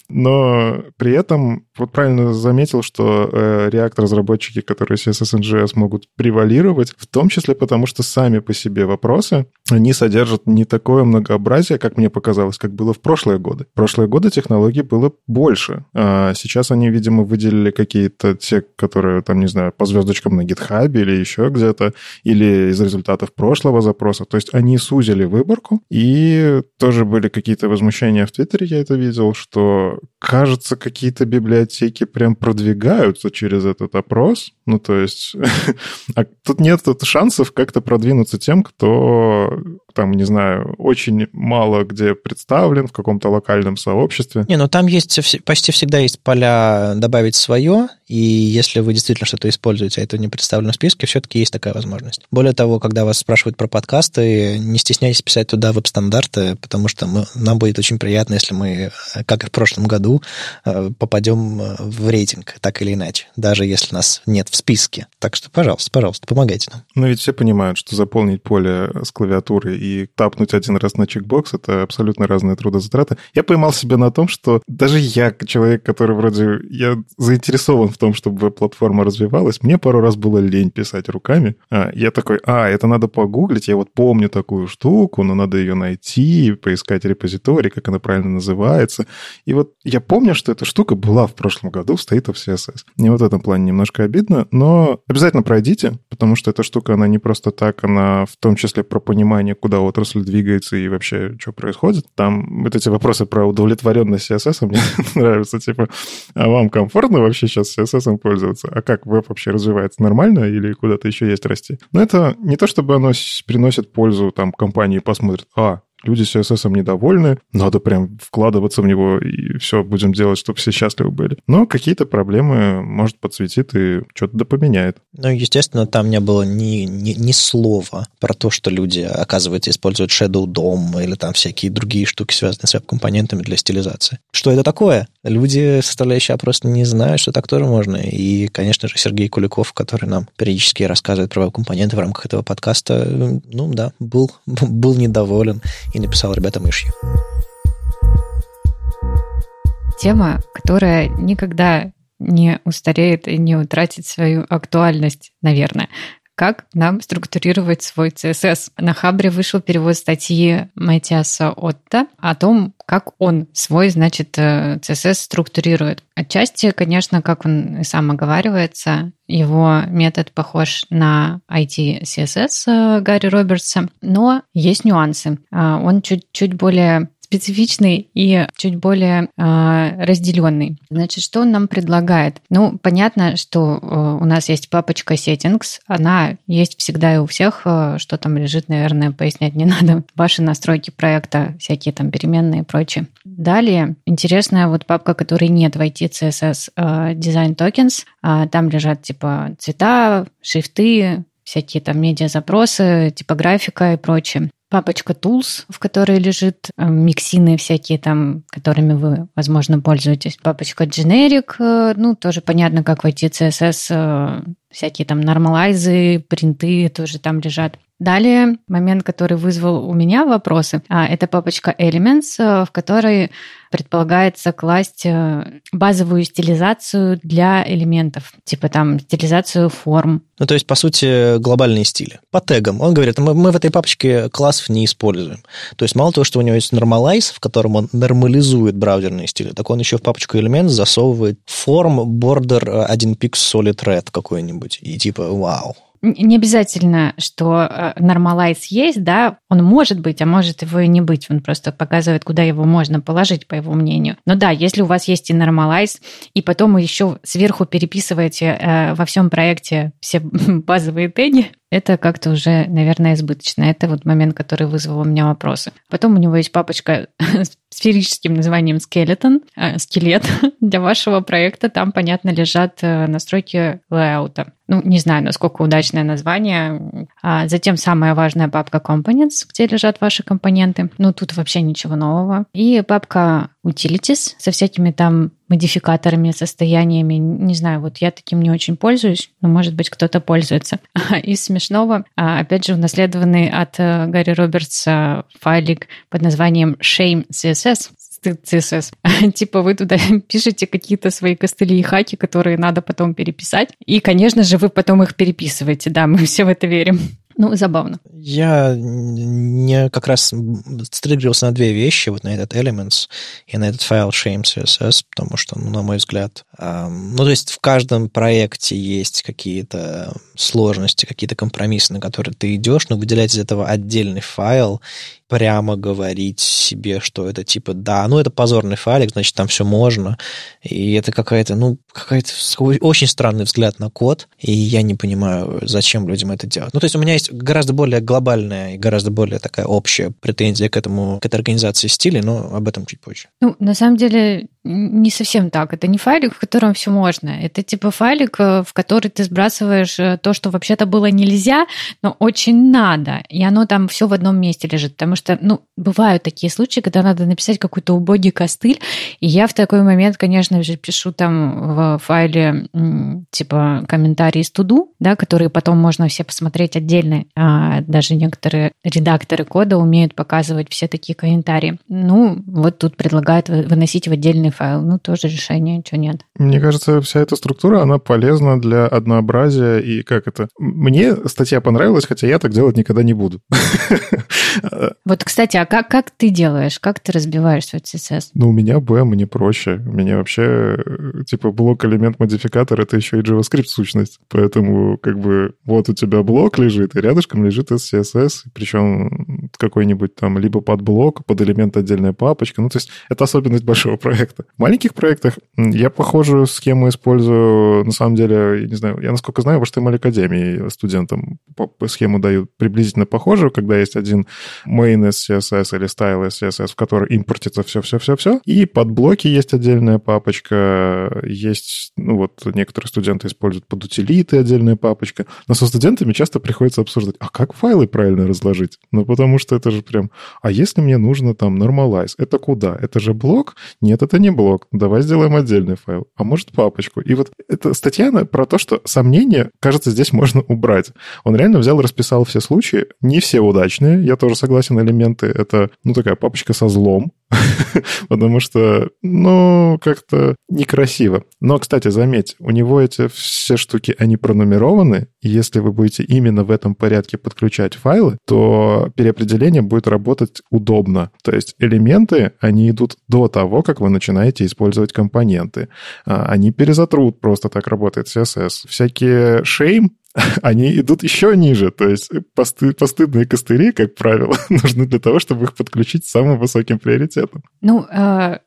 Но при этом, вот правильно заметил, что React-разработчики, которые CSS и JS могут превалировать, в том числе потому, что сами по себе вопросы, они содержат не такое многообразие, как мне показалось, как было в прошлые годы. В прошлые годы технологий было больше. А сейчас они, видимо, выделили какие-то те, которые, там, не знаю, по звездочкам на GitHub или еще где-то, или из результатов прошлого запроса. То есть они сузили выборку, и тоже были какие-то возмущения в Твиттере, я это видел, что кажется, какие-то библиотеки прям продвигаются через этот опрос. Ну, то есть тут нет шансов как-то продвинуться тем, кто, там, не знаю, очень мало где представлен в каком-то локальном сообществе. Не, ну там есть почти всегда есть поля добавить свое, и если вы действительно что-то используете, а это не представлено в списке, все-таки есть такая возможность. Более того, когда вас спрашивают про подкасты, не стесняйтесь писать туда веб-стандарты, потому что нам будет очень приятно, если мы, как и в прошлом году, попадем в рейтинг, так или иначе, даже если нас нет в списке. Так что, пожалуйста, помогайте нам. Но ведь все понимают, что заполнить поле с клавиатуры и тапнуть один раз на чекбокс — это абсолютно разные трудозатраты. Я поймал себя на том, что даже я, человек, который вроде... Я заинтересован в том, чтобы веб-платформа развивалась, мне пару раз было лень писать руками. Я такой, это надо погуглить, я вот помню такую штуку, но надо ее найти, поискать репозиторий, как она правильно называется. И вот я помню, что эта штука была в прошлом году в State of CSS. Мне вот в этом плане немножко обидно, но обязательно пройдите, потому что эта штука, она не просто так, она в том числе про понимание, куда отрасль двигается и вообще, что происходит. Там вот эти вопросы про удовлетворенность CSS мне нравятся, типа, а вам комфортно вообще сейчас CSS пользоваться? А как веб вообще развивается? Нормально или куда-то еще есть расти? Но это не то, чтобы оно приносит пользу, там, компании посмотрят, люди CSS недовольны, надо прям вкладываться в него, и все будем делать, чтобы все счастливы были. Но какие-то проблемы, может, подсветит и что-то допоменяет. Ну, естественно, там не было ни слова про то, что люди, оказывается, используют Shadow DOM или там всякие другие штуки, связанные с веб-компонентами для стилизации. Что это такое? Люди, составляющие опрос, не знают, что так тоже можно. И, конечно же, Сергей Куликов, который нам периодически рассказывает про веб-компоненты в рамках этого подкаста, был недоволен и написал ребятам ишью. Тема, которая никогда не устареет и не утратит свою актуальность, наверное. Как нам структурировать свой CSS? На Хабре вышел перевод статьи Матиаса Отто о том, как он свой, CSS структурирует. Отчасти, конечно, как он и сам оговаривается, его метод похож на IT-CSS Гарри Робертса, но есть нюансы. Он чуть более специфичный и чуть более разделенный. Значит, что он нам предлагает? Ну, понятно, что у нас есть папочка Settings, она есть всегда и у всех, что там лежит, наверное, пояснять не надо. Ваши настройки проекта, всякие там переменные и прочее. Далее, интересная вот папка, которой нет в IT CSS, Design Tokens. Там лежат типа цвета, шрифты, всякие там медиа-запросы, типографика и прочее. папочка Tools, в которой лежит миксины всякие там, которыми вы, возможно, пользуетесь. Папочка Generic, ну, тоже понятно, как войти CSS, всякие там нормалайзы, принты тоже там лежат. Далее, момент, который вызвал у меня вопросы, это папочка Elements, в которой предполагается класть базовую стилизацию для элементов, типа там стилизацию форм. Ну, то есть, по сути, глобальные стили. По тегам. Он говорит, мы в этой папочке классов не используем. То есть, мало того, что у него есть Normalize, в котором он нормализует браузерные стили, так он еще в папочку Elements засовывает form border 1pix solid red какой-нибудь. И типа, вау. Не обязательно, что Normalize есть, да, он может быть, а может его и не быть. Он просто показывает, куда его можно положить, по его мнению. Но да, если у вас есть и Normalize, и потом вы еще сверху переписываете во всем проекте все базовые теги, это как-то уже, наверное, избыточно. Это вот момент, который вызвал у меня вопросы. Потом у него есть папочка с сферическим названием Skeleton, скелет для вашего проекта. Там, понятно, лежат настройки лейаута. Ну, не знаю, насколько удачное название. Затем самая важная папка Components, где лежат ваши компоненты. Ну, тут вообще ничего нового. И папка Utilities со всякими там модификаторами, состояниями. Не знаю, вот я таким не очень пользуюсь, но, может быть, кто-то пользуется. Из смешного, опять же, унаследованный от Гарри Робертса файлик под названием Shame CSS. CSS. Типа вы туда пишете какие-то свои костыли и хаки, которые надо потом переписать. И, конечно же, вы потом их переписываете. Да, мы все в это верим. Ну, забавно. Я не как раз стриггерился на две вещи, вот на этот Elements и на этот файл Shame CSS, потому что, ну, на мой взгляд, то есть в каждом проекте есть какие-то сложности, какие-то компромиссы, на которые ты идешь, но выделять из этого отдельный файл, прямо говорить себе, что это типа, да, ну, это позорный файлик, значит, там все можно, и это какая-то очень странный взгляд на код, и я не понимаю, зачем людям это делать. Ну, то есть у меня есть гораздо более глобальная и гораздо более такая общая претензия к этой организации стилей, но об этом чуть позже. Ну, на самом деле, не совсем так. Это не файлик, в котором все можно. Это типа файлик, в который ты сбрасываешь то, что вообще-то было нельзя, но очень надо. И оно там все в одном месте лежит. Потому что, ну, бывают такие случаи, когда надо написать какой-то убогий костыль. И я в такой момент, конечно же, пишу там в файле типа комментарии из to-do, да, которые потом можно все посмотреть отдельно. Даже некоторые редакторы кода умеют показывать все такие комментарии. Ну, вот тут предлагают выносить в отдельный файл. Ну, тоже решение, ничего нет. Мне кажется, вся эта структура, она полезна для однообразия. И как это? Мне статья понравилась, хотя я так делать никогда не буду. Вот, кстати, а как ты делаешь? Как ты разбиваешь свой CSS? Ну, у меня B, мне проще. У меня вообще, типа, блок-элемент-модификатор — это еще и JavaScript-сущность. Поэтому, как бы, вот у тебя блок лежит, и рядышком лежит CSS, причем какой-нибудь там либо под блок, под элемент отдельная папочка. Ну, то есть это особенность большого проекта. В маленьких проектах я похожую схему использую, на самом деле, я не знаю, я, насколько знаю, в HTML Академии студентам схему дают приблизительно похожую, когда есть один main CSS или style CSS, в который импортится все-все-все-все, и под блоки есть отдельная папочка, есть, ну, вот некоторые студенты используют под утилиты отдельная папочка, но со студентами часто приходится обсуждать, а как файлы правильно разложить? Ну, потому что это же прям, а если мне нужно там normalize, это куда? Это же блок? Нет, это не блок. Давай сделаем отдельный файл. А может, папочку? И вот эта статья про то, что сомнения, кажется, здесь можно убрать. Он реально взял и расписал все случаи, не все удачные, я тоже согласен, элементы — это, ну, такая папочка со злом, потому что, ну, как-то некрасиво. Но, кстати, заметь, у него эти все штуки, они пронумерованы, и если вы будете именно в этом порядке подключать файлы, то переопределение будет работать удобно. То есть элементы, они идут до того, как вы начинаете использовать компоненты. Они перезатрут, просто так работает CSS. Всякие shame, они идут еще ниже. То есть постыдные костыри, как правило, нужны для того, чтобы их подключить самым высоким приоритетом. Ну,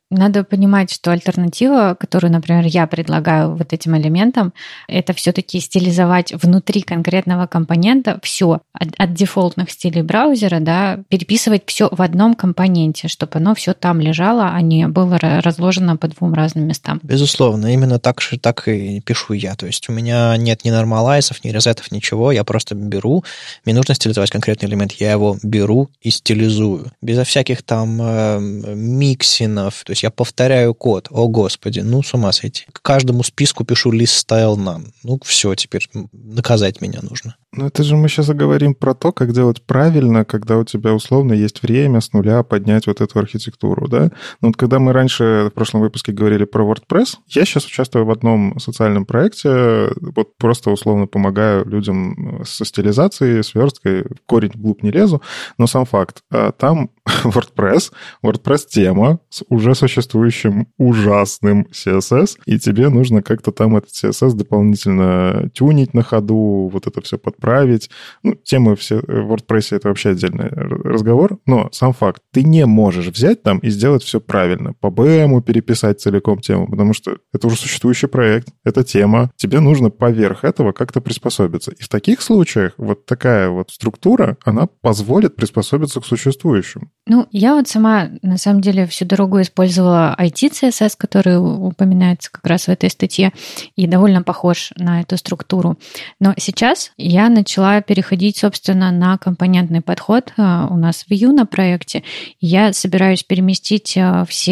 Надо понимать, что альтернатива, которую, например, я предлагаю вот этим элементам, это все-таки стилизовать внутри конкретного компонента все от дефолтных стилей браузера, да, переписывать все в одном компоненте, чтобы оно все там лежало, а не было разложено по двум разным местам. Безусловно, именно так и пишу я. То есть у меня нет ни нормалайзов, ни резетов, ничего. Я просто беру, мне нужно стилизовать конкретный элемент, я его беру и стилизую. Безо всяких там миксинов. То есть я повторяю код. О, господи, с ума сойти. К каждому списку пишу list style none. Все, теперь наказать меня нужно. Это же мы сейчас говорим про то, как делать правильно, когда у тебя условно есть время с нуля поднять вот эту архитектуру, да? Когда мы раньше в прошлом выпуске говорили про WordPress, я сейчас участвую в одном социальном проекте, вот просто условно помогаю людям со стилизацией, с версткой, в корень вглубь не лезу, но сам факт. Там WordPress-тема с уже существующим ужасным CSS, и тебе нужно как-то там этот CSS дополнительно тюнить на ходу, вот это все подправить. Темы все в WordPress — это вообще отдельный разговор, но сам факт. Ты не можешь взять там и сделать все правильно, по БМу переписать целиком тему, потому что это уже существующий проект, это тема. Тебе нужно поверх этого как-то приспособиться. И в таких случаях вот такая вот структура, она позволит приспособиться к существующему. Я вот сама, на самом деле, всю дорогу использовала IT-CSS, который упоминается как раз в этой статье, и довольно похож на эту структуру. Но сейчас я начала переходить, собственно, на компонентный подход. У нас Vue на проекте. Я собираюсь переместить весь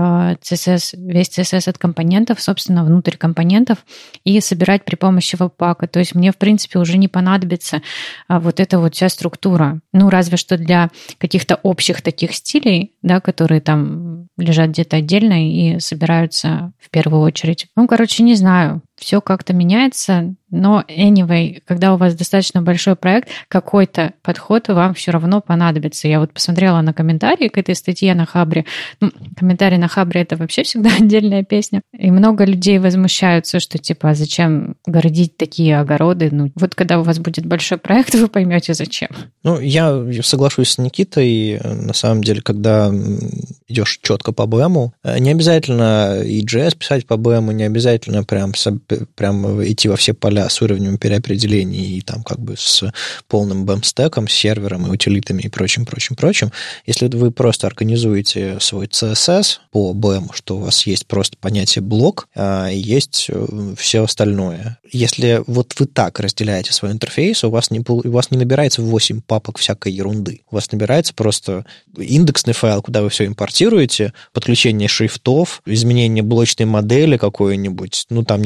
CSS от компонентов, собственно, внутрь компонентов и собирать при помощи веб-пака. То есть мне, в принципе, уже не понадобится вот эта вот вся структура. Разве что для каких-то общих таких стилей, да, которые там лежат где-то отдельно и собираются в первую очередь. Не знаю. Все как-то меняется, но anyway, когда у вас достаточно большой проект, какой-то подход вам все равно понадобится. Я вот посмотрела на комментарии к этой статье на Хабре. Комментарии на Хабре — это вообще всегда отдельная песня. И много людей возмущаются, что а зачем городить такие огороды? Вот когда у вас будет большой проект, вы поймете, зачем. Я соглашусь с Никитой. На самом деле, когда идешь четко по БМу, не обязательно и JS писать по БМу, не обязательно прям идти во все поля с уровнем переопределений и там с полным BEM-стеком, с сервером и утилитами и прочим. Если вы просто организуете свой CSS по BEM, что у вас есть просто понятие блок, есть все остальное. Если вот вы так разделяете свой интерфейс, у вас не набирается 8 папок всякой ерунды. У вас набирается просто индексный файл, куда вы все импортируете, подключение шрифтов, изменение блочной модели какой-нибудь,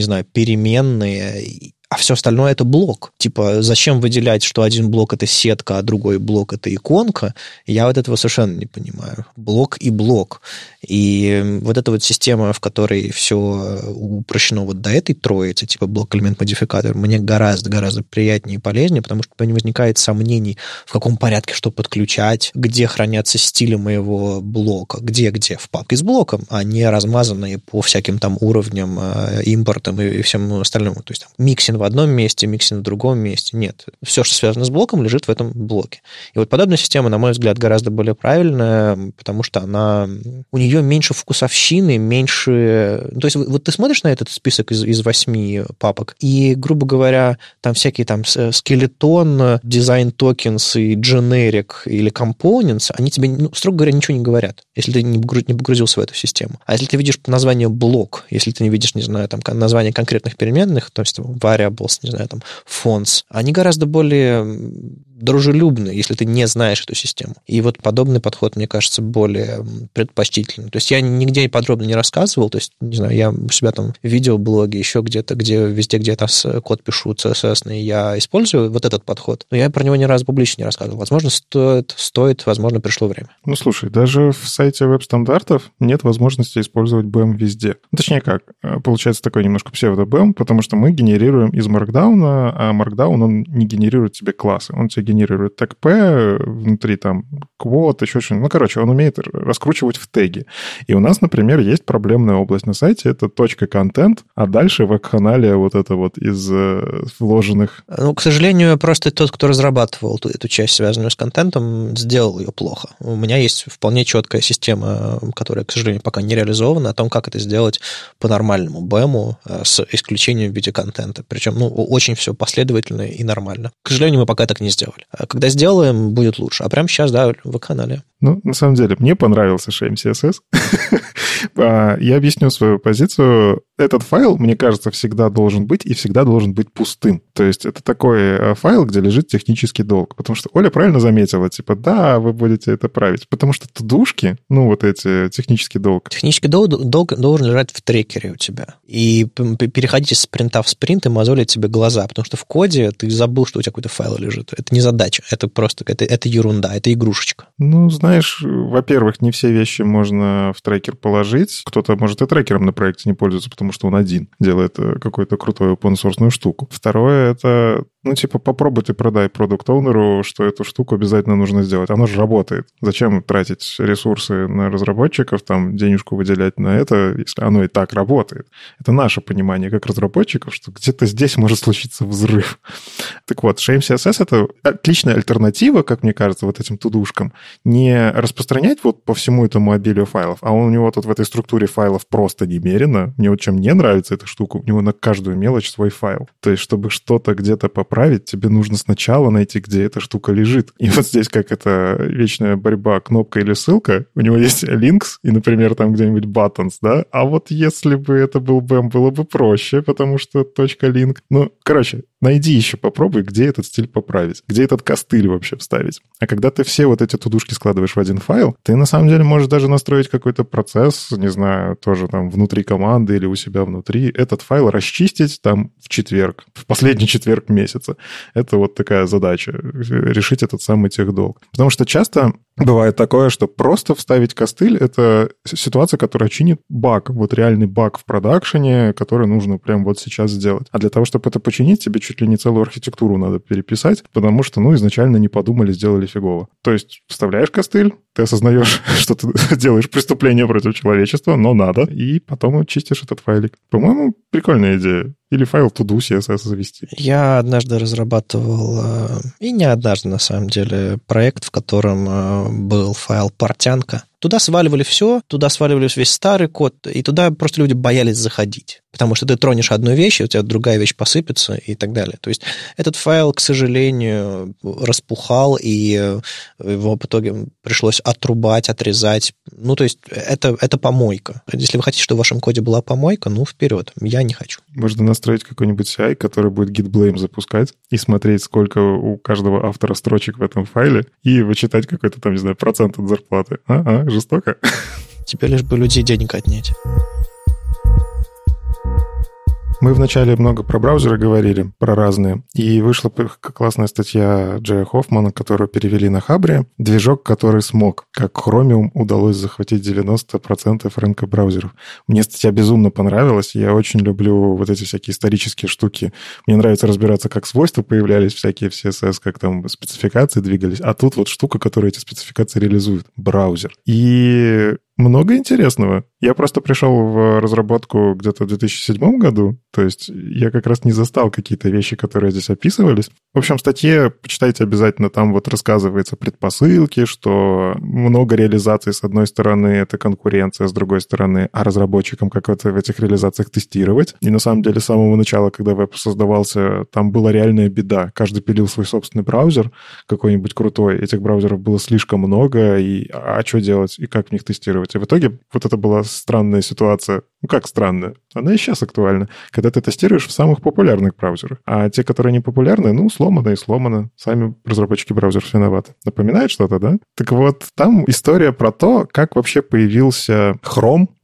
переменные, а все остальное — это блок. Зачем выделять, что один блок — это сетка, а другой блок — это иконка? Я вот этого совершенно не понимаю. Блок и блок. И вот эта вот система, в которой все упрощено вот до этой троицы, блок-элемент-модификатор, мне гораздо приятнее и полезнее, потому что не возникает сомнений, в каком порядке что подключать, где хранятся стили моего блока, где в папке с блоком, а не размазанные по всяким там уровням, импортам и всему остальному. То есть миксинг в одном месте, миксинг в другом месте. Нет. Все, что связано с блоком, лежит в этом блоке. И вот подобная система, на мой взгляд, гораздо более правильная, потому что у нее меньше вкусовщины, меньше... То есть вот ты смотришь на этот список из 8 папок, и, грубо говоря, там всякие там скелетон, дизайн токенс и generic или components, они тебе, строго говоря, ничего не говорят, если ты не погрузился в эту систему. А если ты видишь название блок, если ты не видишь, не знаю, там название конкретных переменных, то есть variables, не знаю, там fonts, они гораздо более дружелюбны, если ты не знаешь эту систему. И вот подобный подход, мне кажется, более предпочтительный. То есть я нигде подробно не рассказывал, то есть, не знаю, я у себя там в видеоблоге, еще где-то, везде, где я код пишу CSS-ный, я использую вот этот подход, но я про него ни разу публично не рассказывал. Возможно, стоит, возможно, пришло время. Слушай, даже в сайте веб-стандартов нет возможности использовать BEM везде. Точнее как, получается такой немножко псевдо-BEM, потому что мы генерируем из Markdown, а Markdown, он не генерирует тебе классы, он тебе генерирует тег P, внутри там квот, еще что-нибудь. Ну, короче, он умеет раскручивать в теги. И у нас, например, есть проблемная область на сайте, это точка контент, а дальше вакханалия вот это вот из вложенных... Ну, к сожалению, просто тот, кто разрабатывал эту часть, связанную с контентом, сделал ее плохо. У меня есть вполне четкая система, которая, к сожалению, пока не реализована, о том, как это сделать по-нормальному БЭМу с исключением в виде контента. Причем, очень все последовательно и нормально. К сожалению, мы пока так не сделали. А когда сделаем, будет лучше. А прямо сейчас, да, в канале. Ну, на самом деле, мне понравился Shame CSS. Я объясню свою позицию. Этот файл, мне кажется, всегда должен быть и всегда должен быть пустым. То есть это такой файл, где лежит технический долг. Потому что Оля правильно заметила, типа, да, вы будете это править. Потому что тудушки, вот эти технический долг. Технический долг должен лежать в трекере у тебя. И переходить из спринта в спринт и мозолить себе глаза. Потому что в коде ты забыл, что у тебя какой-то файл лежит. Это не задача. Это просто, это ерунда, это игрушечка. Ну, знаешь, во-первых, не все вещи можно в трекер положить. Кто-то, может, и трекером на проекте не пользуется, потому что он один делает какую-то крутую open-source штуку. Второе, это, попробуй ты продай продукт-оунеру, что эту штуку обязательно нужно сделать. Оно же работает. Зачем тратить ресурсы на разработчиков, там, денежку выделять на это, если оно и так работает? Это наше понимание как разработчиков, что где-то здесь может случиться взрыв. Так вот, Shame CSS — это отличная альтернатива, как мне кажется, вот этим тудушкам. Не распространять вот по всему этому обилию файлов, а у него тут в этой структуре файлов просто немерено. Мне вот чем не нравится эта штука, у него на каждую мелочь свой файл. То есть, чтобы что-то где-то поправить, тебе нужно сначала найти, где эта штука лежит. И вот здесь как это вечная борьба, кнопка или ссылка. У него есть links, и, например, там где-нибудь buttons, да? А вот если бы это был BEM, было бы проще, потому что .link. Найди еще, попробуй, где этот стиль поправить, где этот костыль вообще вставить. А когда ты все вот эти тудушки складываешь в один файл, ты на самом деле можешь даже настроить какой-то процесс, не знаю, тоже там внутри команды или у себя внутри, этот файл расчистить там в четверг, в последний четверг месяца. Это вот такая задача, решить этот самый техдолг. Потому что часто бывает такое, что просто вставить костыль — это ситуация, которая чинит баг, вот реальный баг в продакшене, который нужно прямо вот сейчас сделать. А для того, чтобы это починить, тебе чуть ли не целую архитектуру надо переписать, потому что, изначально не подумали, сделали фигово. То есть вставляешь костыль, ты осознаешь, что ты делаешь преступление против человечества, но надо, и потом чистишь этот файлик. По-моему, прикольная идея. Или файл to-do CSS завести. Я однажды разрабатывал, и не однажды, на самом деле, проект, в котором был файл портянка. Туда сваливали все, туда сваливали весь старый код, и туда просто люди боялись заходить. Потому что ты тронешь одну вещь, и у тебя другая вещь посыпется и так далее. То есть этот файл, к сожалению, распухал, и его в итоге пришлось отрубать, отрезать. То есть это помойка. Если вы хотите, чтобы в вашем коде была помойка, вперед. Я не хочу. Можно настроить какой-нибудь CI, который будет git blame запускать и смотреть, сколько у каждого автора строчек в этом файле, и вычитать какой-то там, не знаю, процент от зарплаты. Жестоко. Тебе лишь бы людей денег отнять. Мы вначале много про браузеры говорили, про разные, и вышла классная статья Джея Хоффмана, которую перевели на Хабре. Движок, который смог. Как Chromium удалось захватить 90% рынка браузеров. Мне статья безумно понравилась. Я очень люблю вот эти всякие исторические штуки. Мне нравится разбираться, как свойства появлялись всякие в CSS, как там спецификации двигались. А тут вот штука, которая эти спецификации реализует. Браузер. И много интересного. Я просто пришел в разработку где-то в 2007 году, то есть я как раз не застал какие-то вещи, которые здесь описывались. В общем, в статье, почитайте обязательно, там вот рассказывается предпосылки, что много реализаций, с одной стороны, это конкуренция, с другой стороны, а разработчикам как это в этих реализациях тестировать. И на самом деле с самого начала, когда веб создавался, там была реальная беда. Каждый пилил свой собственный браузер, какой-нибудь крутой. Этих браузеров было слишком много, и что делать, и как в них тестировать? И в итоге вот это была странная ситуация. Как странная? Она и сейчас актуальна. Когда ты тестируешь в самых популярных браузерах. А те, которые не популярны, сломано и сломано. Сами разработчики браузеров виноваты. Напоминает что-то, да? Так вот, там история про то, как вообще появился Chrome,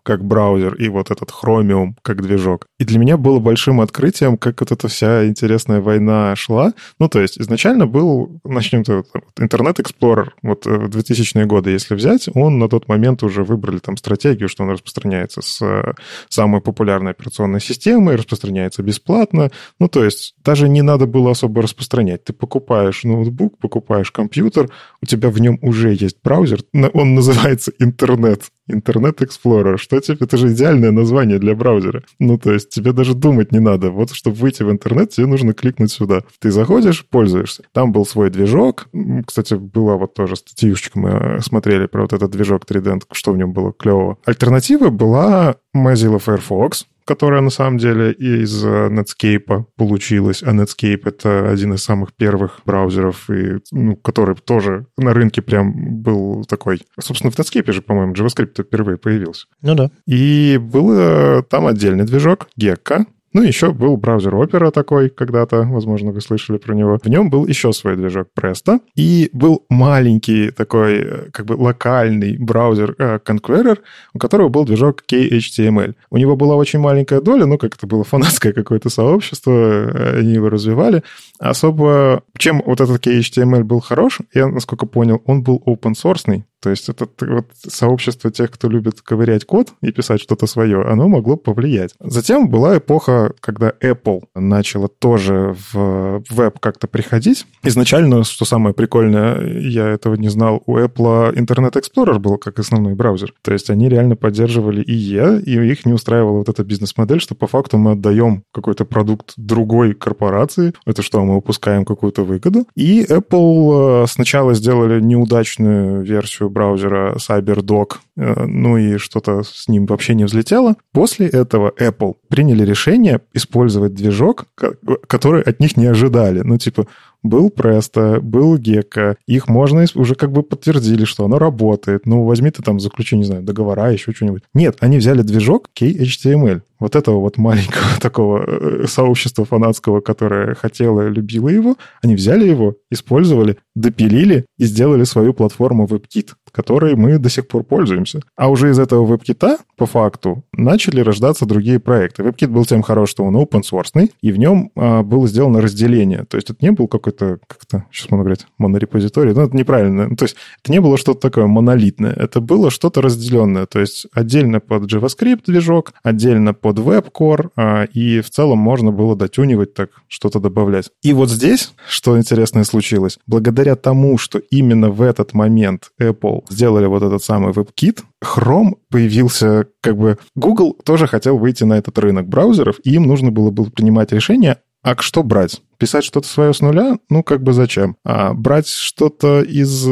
как браузер и вот этот Chromium как движок. И для меня было большим открытием, как вот эта вся интересная война шла. Ну, то есть изначально был, начнем-то, Internet Explorer, вот в 2000-е годы, если взять, он на тот момент уже выбрали там стратегию, что он распространяется с самой популярной операционной системой, распространяется бесплатно. Ну, то есть даже не надо было особо распространять. Ты покупаешь ноутбук, покупаешь компьютер, у тебя в нем уже есть браузер, он называется Internet Explorer. Что тебе? Это же идеальное название для браузера. Ну, то есть тебе даже думать не надо. Вот, чтобы выйти в интернет, тебе нужно кликнуть сюда. Ты заходишь, пользуешься. Там был свой движок. Кстати, была вот тоже статьюшечка, мы смотрели про вот этот движок Trident, что в нем было клевого. Альтернатива была Mozilla Firefox, которая на самом деле из Netscape получилась. А Netscape — это один из самых первых браузеров, и, который тоже на рынке прям был такой. Собственно, в Netscape же, по-моему, JavaScript впервые появился. Ну да. И был там отдельный движок, Gecko. Ну, еще был браузер Opera такой когда-то, возможно, вы слышали про него. В нем был еще свой движок Presto. И был маленький такой, как бы локальный браузер Conqueror, у которого был движок KHTML. У него была очень маленькая доля, ну, как это было фанатское какое-то сообщество, они его развивали. Особо, чем вот этот KHTML был хорош, я, насколько понял, он был open-sourceный. То есть это вот сообщество тех, кто любит ковырять код и писать что-то свое, оно могло повлиять. Затем была эпоха, когда Apple начала тоже в веб как-то приходить. Изначально, что самое прикольное, я этого не знал, у Apple Internet Explorer был как основной браузер. То есть они реально поддерживали IE, и их не устраивала вот эта бизнес-модель, что по факту мы отдаем какой-то продукт другой корпорации. Это что, мы упускаем какую-то выгоду. И Apple сначала сделали неудачную версию браузера CyberDog, ну и что-то с ним вообще не взлетело. После этого Apple приняли решение использовать движок, который от них не ожидали. Ну, типа, был Presto, был Gecko, их можно уже как бы подтвердили, что оно работает. Ну, возьми ты там, заключи, не знаю, договора, еще что-нибудь. Нет, они взяли движок KHTML. Вот этого вот маленького такого сообщества фанатского, которое хотело, любило его, они взяли его, использовали, допилили и сделали свою платформу WebKit, которой мы до сих пор пользуемся. А уже из этого WebKit, по факту, начали рождаться другие проекты. WebKit был тем хорош, что он open-sourceный, и в нем было сделано разделение. То есть это не был какой-то, как-то, сейчас можно говорить, монорепозиторий, но это неправильно. То есть это не было что-то такое монолитное. Это было что-то разделенное. То есть отдельно под JavaScript движок, отдельно под WebCore, и в целом можно было дотюнивать, так что-то добавлять. И вот здесь, что интересное случилось, благодаря тому, что именно в этот момент Apple сделали вот этот самый WebKit, Chrome появился, как бы Google тоже хотел выйти на этот рынок браузеров, и им нужно было принимать решение, а что брать? Писать что-то свое с нуля? Ну, как бы зачем? А брать что-то из,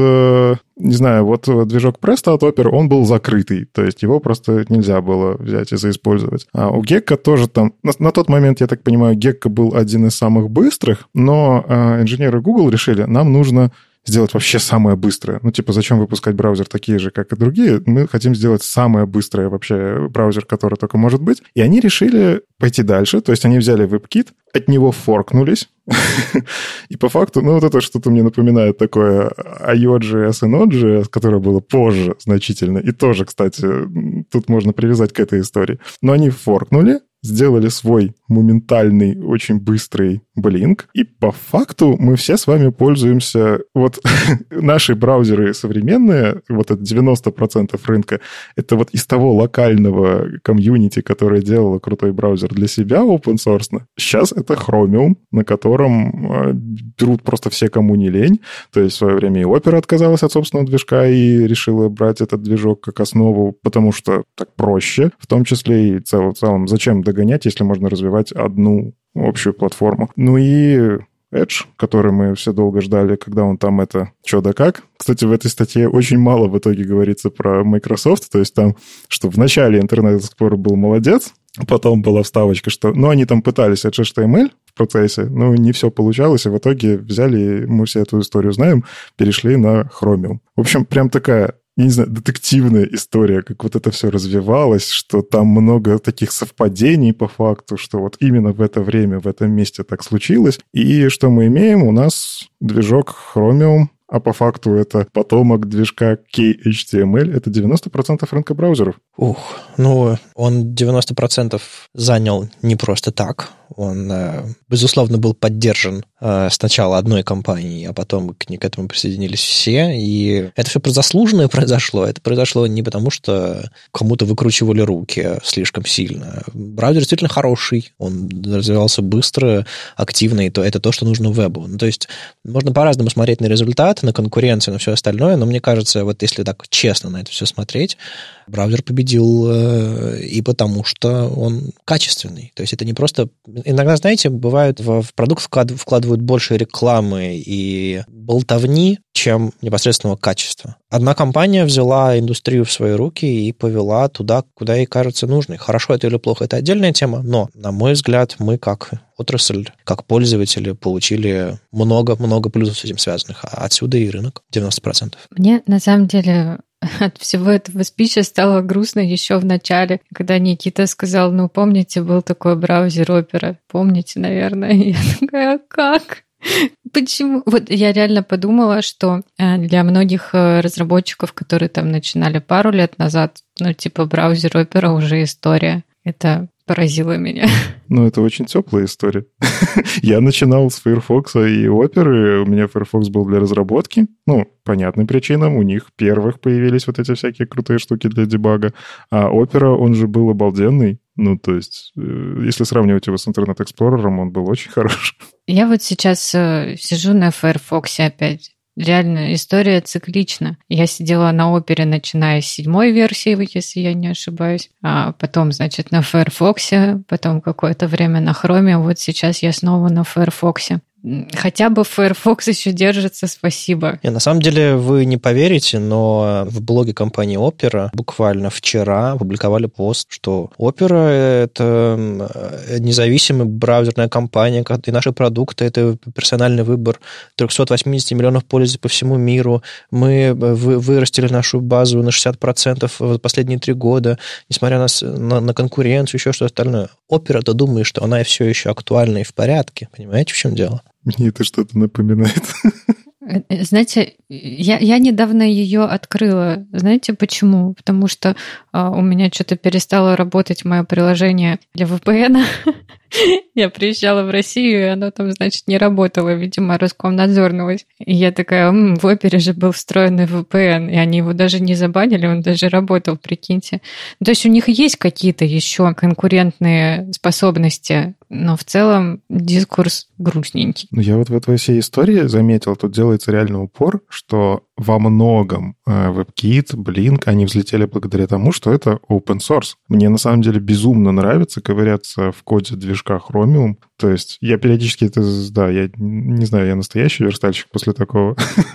не знаю, вот движок Presto от Opera, он был закрытый, то есть его просто нельзя было взять и заиспользовать. А у Gecko тоже там, на тот момент, я так понимаю, Gecko был один из самых быстрых, но инженеры Google решили, нам нужно сделать вообще самое быстрое. Ну, типа, зачем выпускать браузер такие же, как и другие? Мы хотим сделать самое быстрое вообще браузер, который только может быть. И они решили пойти дальше. То есть они взяли WebKit, от него форкнулись. И по факту, ну, вот это что-то мне напоминает такое IO.js и Node.js, которое было позже значительно. И тоже, кстати, тут можно привязать к этой истории. Но они форкнули, сделали свой моментальный, очень быстрый Blink, и по факту мы все с вами пользуемся... Вот наши браузеры современные, вот это 90% рынка, это вот из того локального комьюнити, которое делало крутой браузер для себя open source. Сейчас это Chromium, на котором берут просто все, кому не лень. То есть в свое время и Opera отказалась от собственного движка и решила брать этот движок как основу, потому что так проще, в том числе и в целом зачем догонять, если можно развивать одну общую платформу. Ну и Edge, который мы все долго ждали, когда он там это что да как. Кстати, в этой статье очень мало в итоге говорится про Microsoft, то есть там, что в начале Internet Explorer был молодец, потом была вставочка, что... Ну, они там пытались Edge HTML в процессе, но не все получалось, и в итоге взяли, мы все эту историю знаем, перешли на Chromium. В общем, прям такая... Я не знаю, детективная история, как вот это все развивалось, что там много таких совпадений по факту, что вот именно в это время, в этом месте так случилось. И что мы имеем? У нас движок Chromium а по факту это потомок движка KHTML, это 90% рынка браузеров. Он 90% занял не просто так. Он, безусловно, был поддержан сначала одной компанией, а потом к этому присоединились все. И это все заслуженное произошло. Это произошло не потому, что кому-то выкручивали руки слишком сильно. Браузер действительно хороший. Он развивался быстро, активно, и это то, что нужно вебу. То есть можно по-разному смотреть на результат, на конкуренцию, на все остальное, но мне кажется, вот если так честно на это все смотреть, браузер победил и потому, что он качественный. То есть это не просто... Иногда, знаете, бывает, в продукт вкладывают больше рекламы и болтовни, чем непосредственного качества. Одна компания взяла индустрию в свои руки и повела туда, куда ей кажется нужной. Хорошо это или плохо, это отдельная тема, но, на мой взгляд, мы как отрасль, как пользователи получили много-много плюсов с этим связанных. А отсюда и рынок 90%. Мне, на самом деле... От всего этого спича стало грустно еще в начале, когда Никита сказал, помните, был такой браузер Opera. Помните, наверное? И я такая, как? Почему? Вот я реально подумала, что для многих разработчиков, которые там начинали пару лет назад, браузер Opera уже история. Это поразило меня. Это очень теплая история. Я начинал с Firefox и Opera, у меня Firefox был для разработки. Понятным причинам, у них первых появились вот эти всякие крутые штуки для дебага. А Opera, он же был обалденный. Если сравнивать его с Internet Explorer, он был очень хороший. Я вот сейчас сижу на Firefox опять. Реально, история циклична. Я сидела на Opera, начиная с 7-й версии, если я не ошибаюсь. А потом, на Firefox, потом какое-то время на Chrome. Вот сейчас я снова на Firefox. Хотя бы Firefox еще держится, спасибо. На самом деле вы не поверите, но в блоге компании Opera буквально вчера опубликовали пост, что Opera — это независимая браузерная компания, и наши продукты — это персональный выбор 380 миллионов пользователей по всему миру. Мы вырастили нашу базу на 60% в последние 3 года, несмотря на конкуренцию, еще что-то остальное. Opera-то думает, что она все еще актуальна и в порядке. Понимаете, в чем дело? Мне это что-то напоминает. Знаете, я недавно ее открыла. Знаете почему? Потому что у меня что-то перестало работать мое приложение для VPN. Я приезжала в Россию, и оно там, не работало, видимо, Роскомнадзорнулось. И я такая, в Opera же был встроенный VPN, и они его даже не забанили, он даже работал, прикиньте. То есть у них есть какие-то еще конкурентные способности, но в целом дискурс грустненький. Я вот в этой всей истории заметил, тут делается реально упор, что во многом WebKit, Blink, они взлетели благодаря тому, что это open source. Мне на самом деле безумно нравится ковыряться в коде движка Chromium. То есть я периодически я не знаю, я настоящий верстальщик после такого,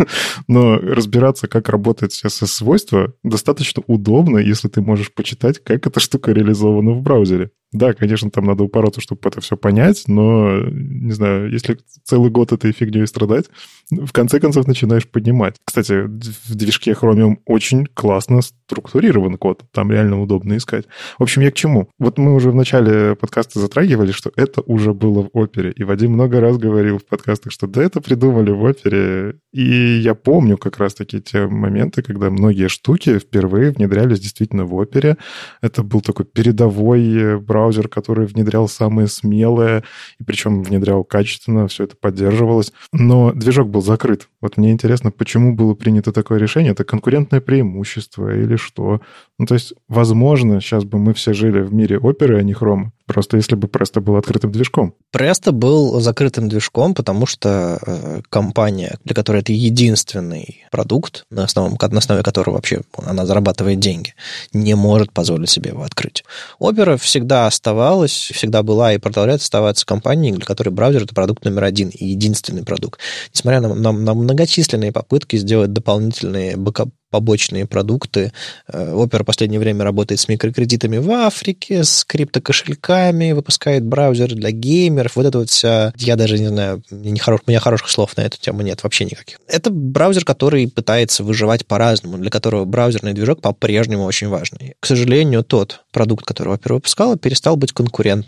но разбираться, как работает CSS-свойства, достаточно удобно, если ты можешь почитать, как эта штука реализована в браузере. Да, конечно, там надо упороться, чтобы это все понять, но, не знаю, если целый год этой фигней страдать, в конце концов начинаешь понимать. Кстати, в движке Chromium очень классно структурирован код, там реально удобно искать. В общем, я к чему? Вот мы уже в начале подкаста затрагивали, что это уже было в Opera, и Вадим много раз говорил в подкастах, что да, это придумали в Opera, и я помню как раз-таки те моменты, когда многие штуки впервые внедрялись действительно в Opera. Это был такой передовой браузер, который внедрял самые смелые, и причем внедрял качественно, все это поддерживалось. Но движок был закрыт. Вот мне интересно, почему было принято такое решение? Это конкурентное преимущество или что? То есть, возможно, сейчас бы мы все жили в мире Opera, а не Chrome. Просто если бы Presto был открытым движком. Presto был закрытым движком, потому что компания, для которой это единственный продукт, на основе которого вообще она зарабатывает деньги, не может позволить себе его открыть. Opera всегда оставалась, всегда была и продолжает оставаться компанией, для которой браузер — это продукт номер 1 и единственный продукт. Несмотря на многочисленные попытки сделать дополнительные побочные продукты. Opera в последнее время работает с микрокредитами в Африке, с криптокошельками, выпускает браузер для геймеров. Вот это вот вся... Я даже не знаю, у меня хороших слов на эту тему нет вообще никаких. Это браузер, который пытается выживать по-разному, для которого браузерный движок по-прежнему очень важный. К сожалению, тот продукт, который Opera выпускала, перестал быть конкурентным в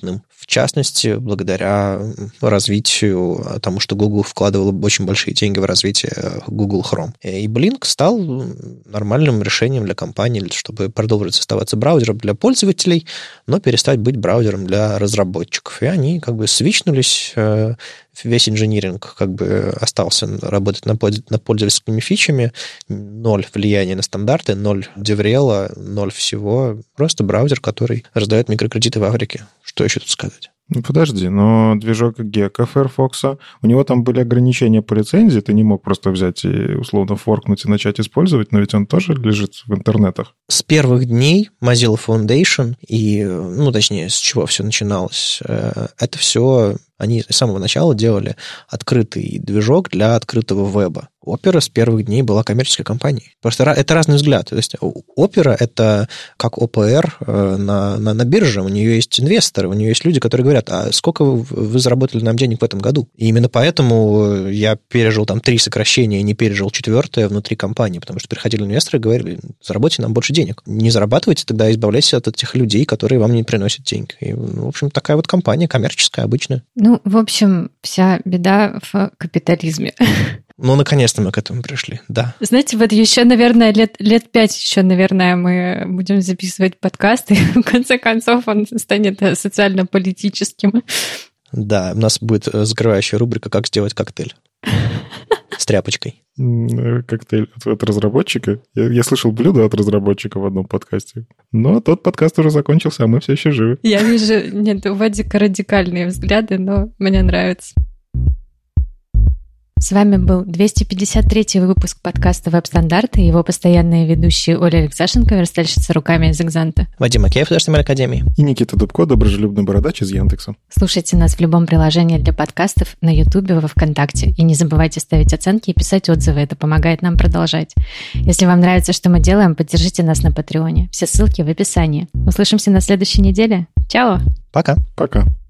в частности, благодаря развитию, тому, что Google вкладывал очень большие деньги в развитие Google Chrome. И Blink стал нормальным решением для компании, чтобы продолжить оставаться браузером для пользователей, но перестать быть браузером для разработчиков. И они как бы свичнулись, весь инжиниринг как бы остался работать над пользовательскими фичами, 0 влияния на стандарты, 0 деврела, 0 всего. Просто браузер, который раздает микрокредиты в Африке. Что еще тут сказать? Ну, подожди, но движок Gecko Firefox, у него там были ограничения по лицензии, ты не мог просто взять и условно форкнуть и начать использовать, но ведь он тоже лежит в интернетах. С первых дней Mozilla Foundation и, точнее, с чего все начиналось, это все они с самого начала делали открытый движок для открытого веба. Opera с первых дней была коммерческой компанией. Просто это разный взгляд. То есть Opera — это как ОПР на бирже. У нее есть инвесторы, у нее есть люди, которые говорят, а сколько вы заработали нам денег в этом году? И именно поэтому я пережил там 3 сокращения и не пережил 4 внутри компании, потому что приходили инвесторы и говорили, заработайте нам больше денег. Не зарабатывайте, тогда избавляйтесь от этих людей, которые вам не приносят денег. И, в общем, такая вот компания коммерческая, обычная. В общем, вся беда в капитализме. Наконец-то мы к этому пришли, да. Знаете, вот еще, наверное, лет 5 еще, наверное, мы будем записывать подкасты, и в конце концов он станет социально-политическим. Да, у нас будет закрывающая рубрика «Как сделать коктейль» с тряпочкой. Коктейль от разработчика? Я слышал блюдо от разработчика в одном подкасте. Но тот подкаст уже закончился, а мы все еще живы. Я вижу, у Вадика радикальные взгляды, но мне нравится. С вами был 253-й выпуск подкаста «Веб-стандарты» и его постоянные ведущие Оля Алексашенко, верстальщица руками из «Экзанта». Вадим Макеев, HTML Академии. И Никита Дубко, доброжелюбный бородач из Яндекса. Слушайте нас в любом приложении для подкастов, на Ютубе, во ВКонтакте. И не забывайте ставить оценки и писать отзывы, это помогает нам продолжать. Если вам нравится, что мы делаем, поддержите нас на Патреоне. Все ссылки в описании. Услышимся на следующей неделе. Чао! Пока! Пока!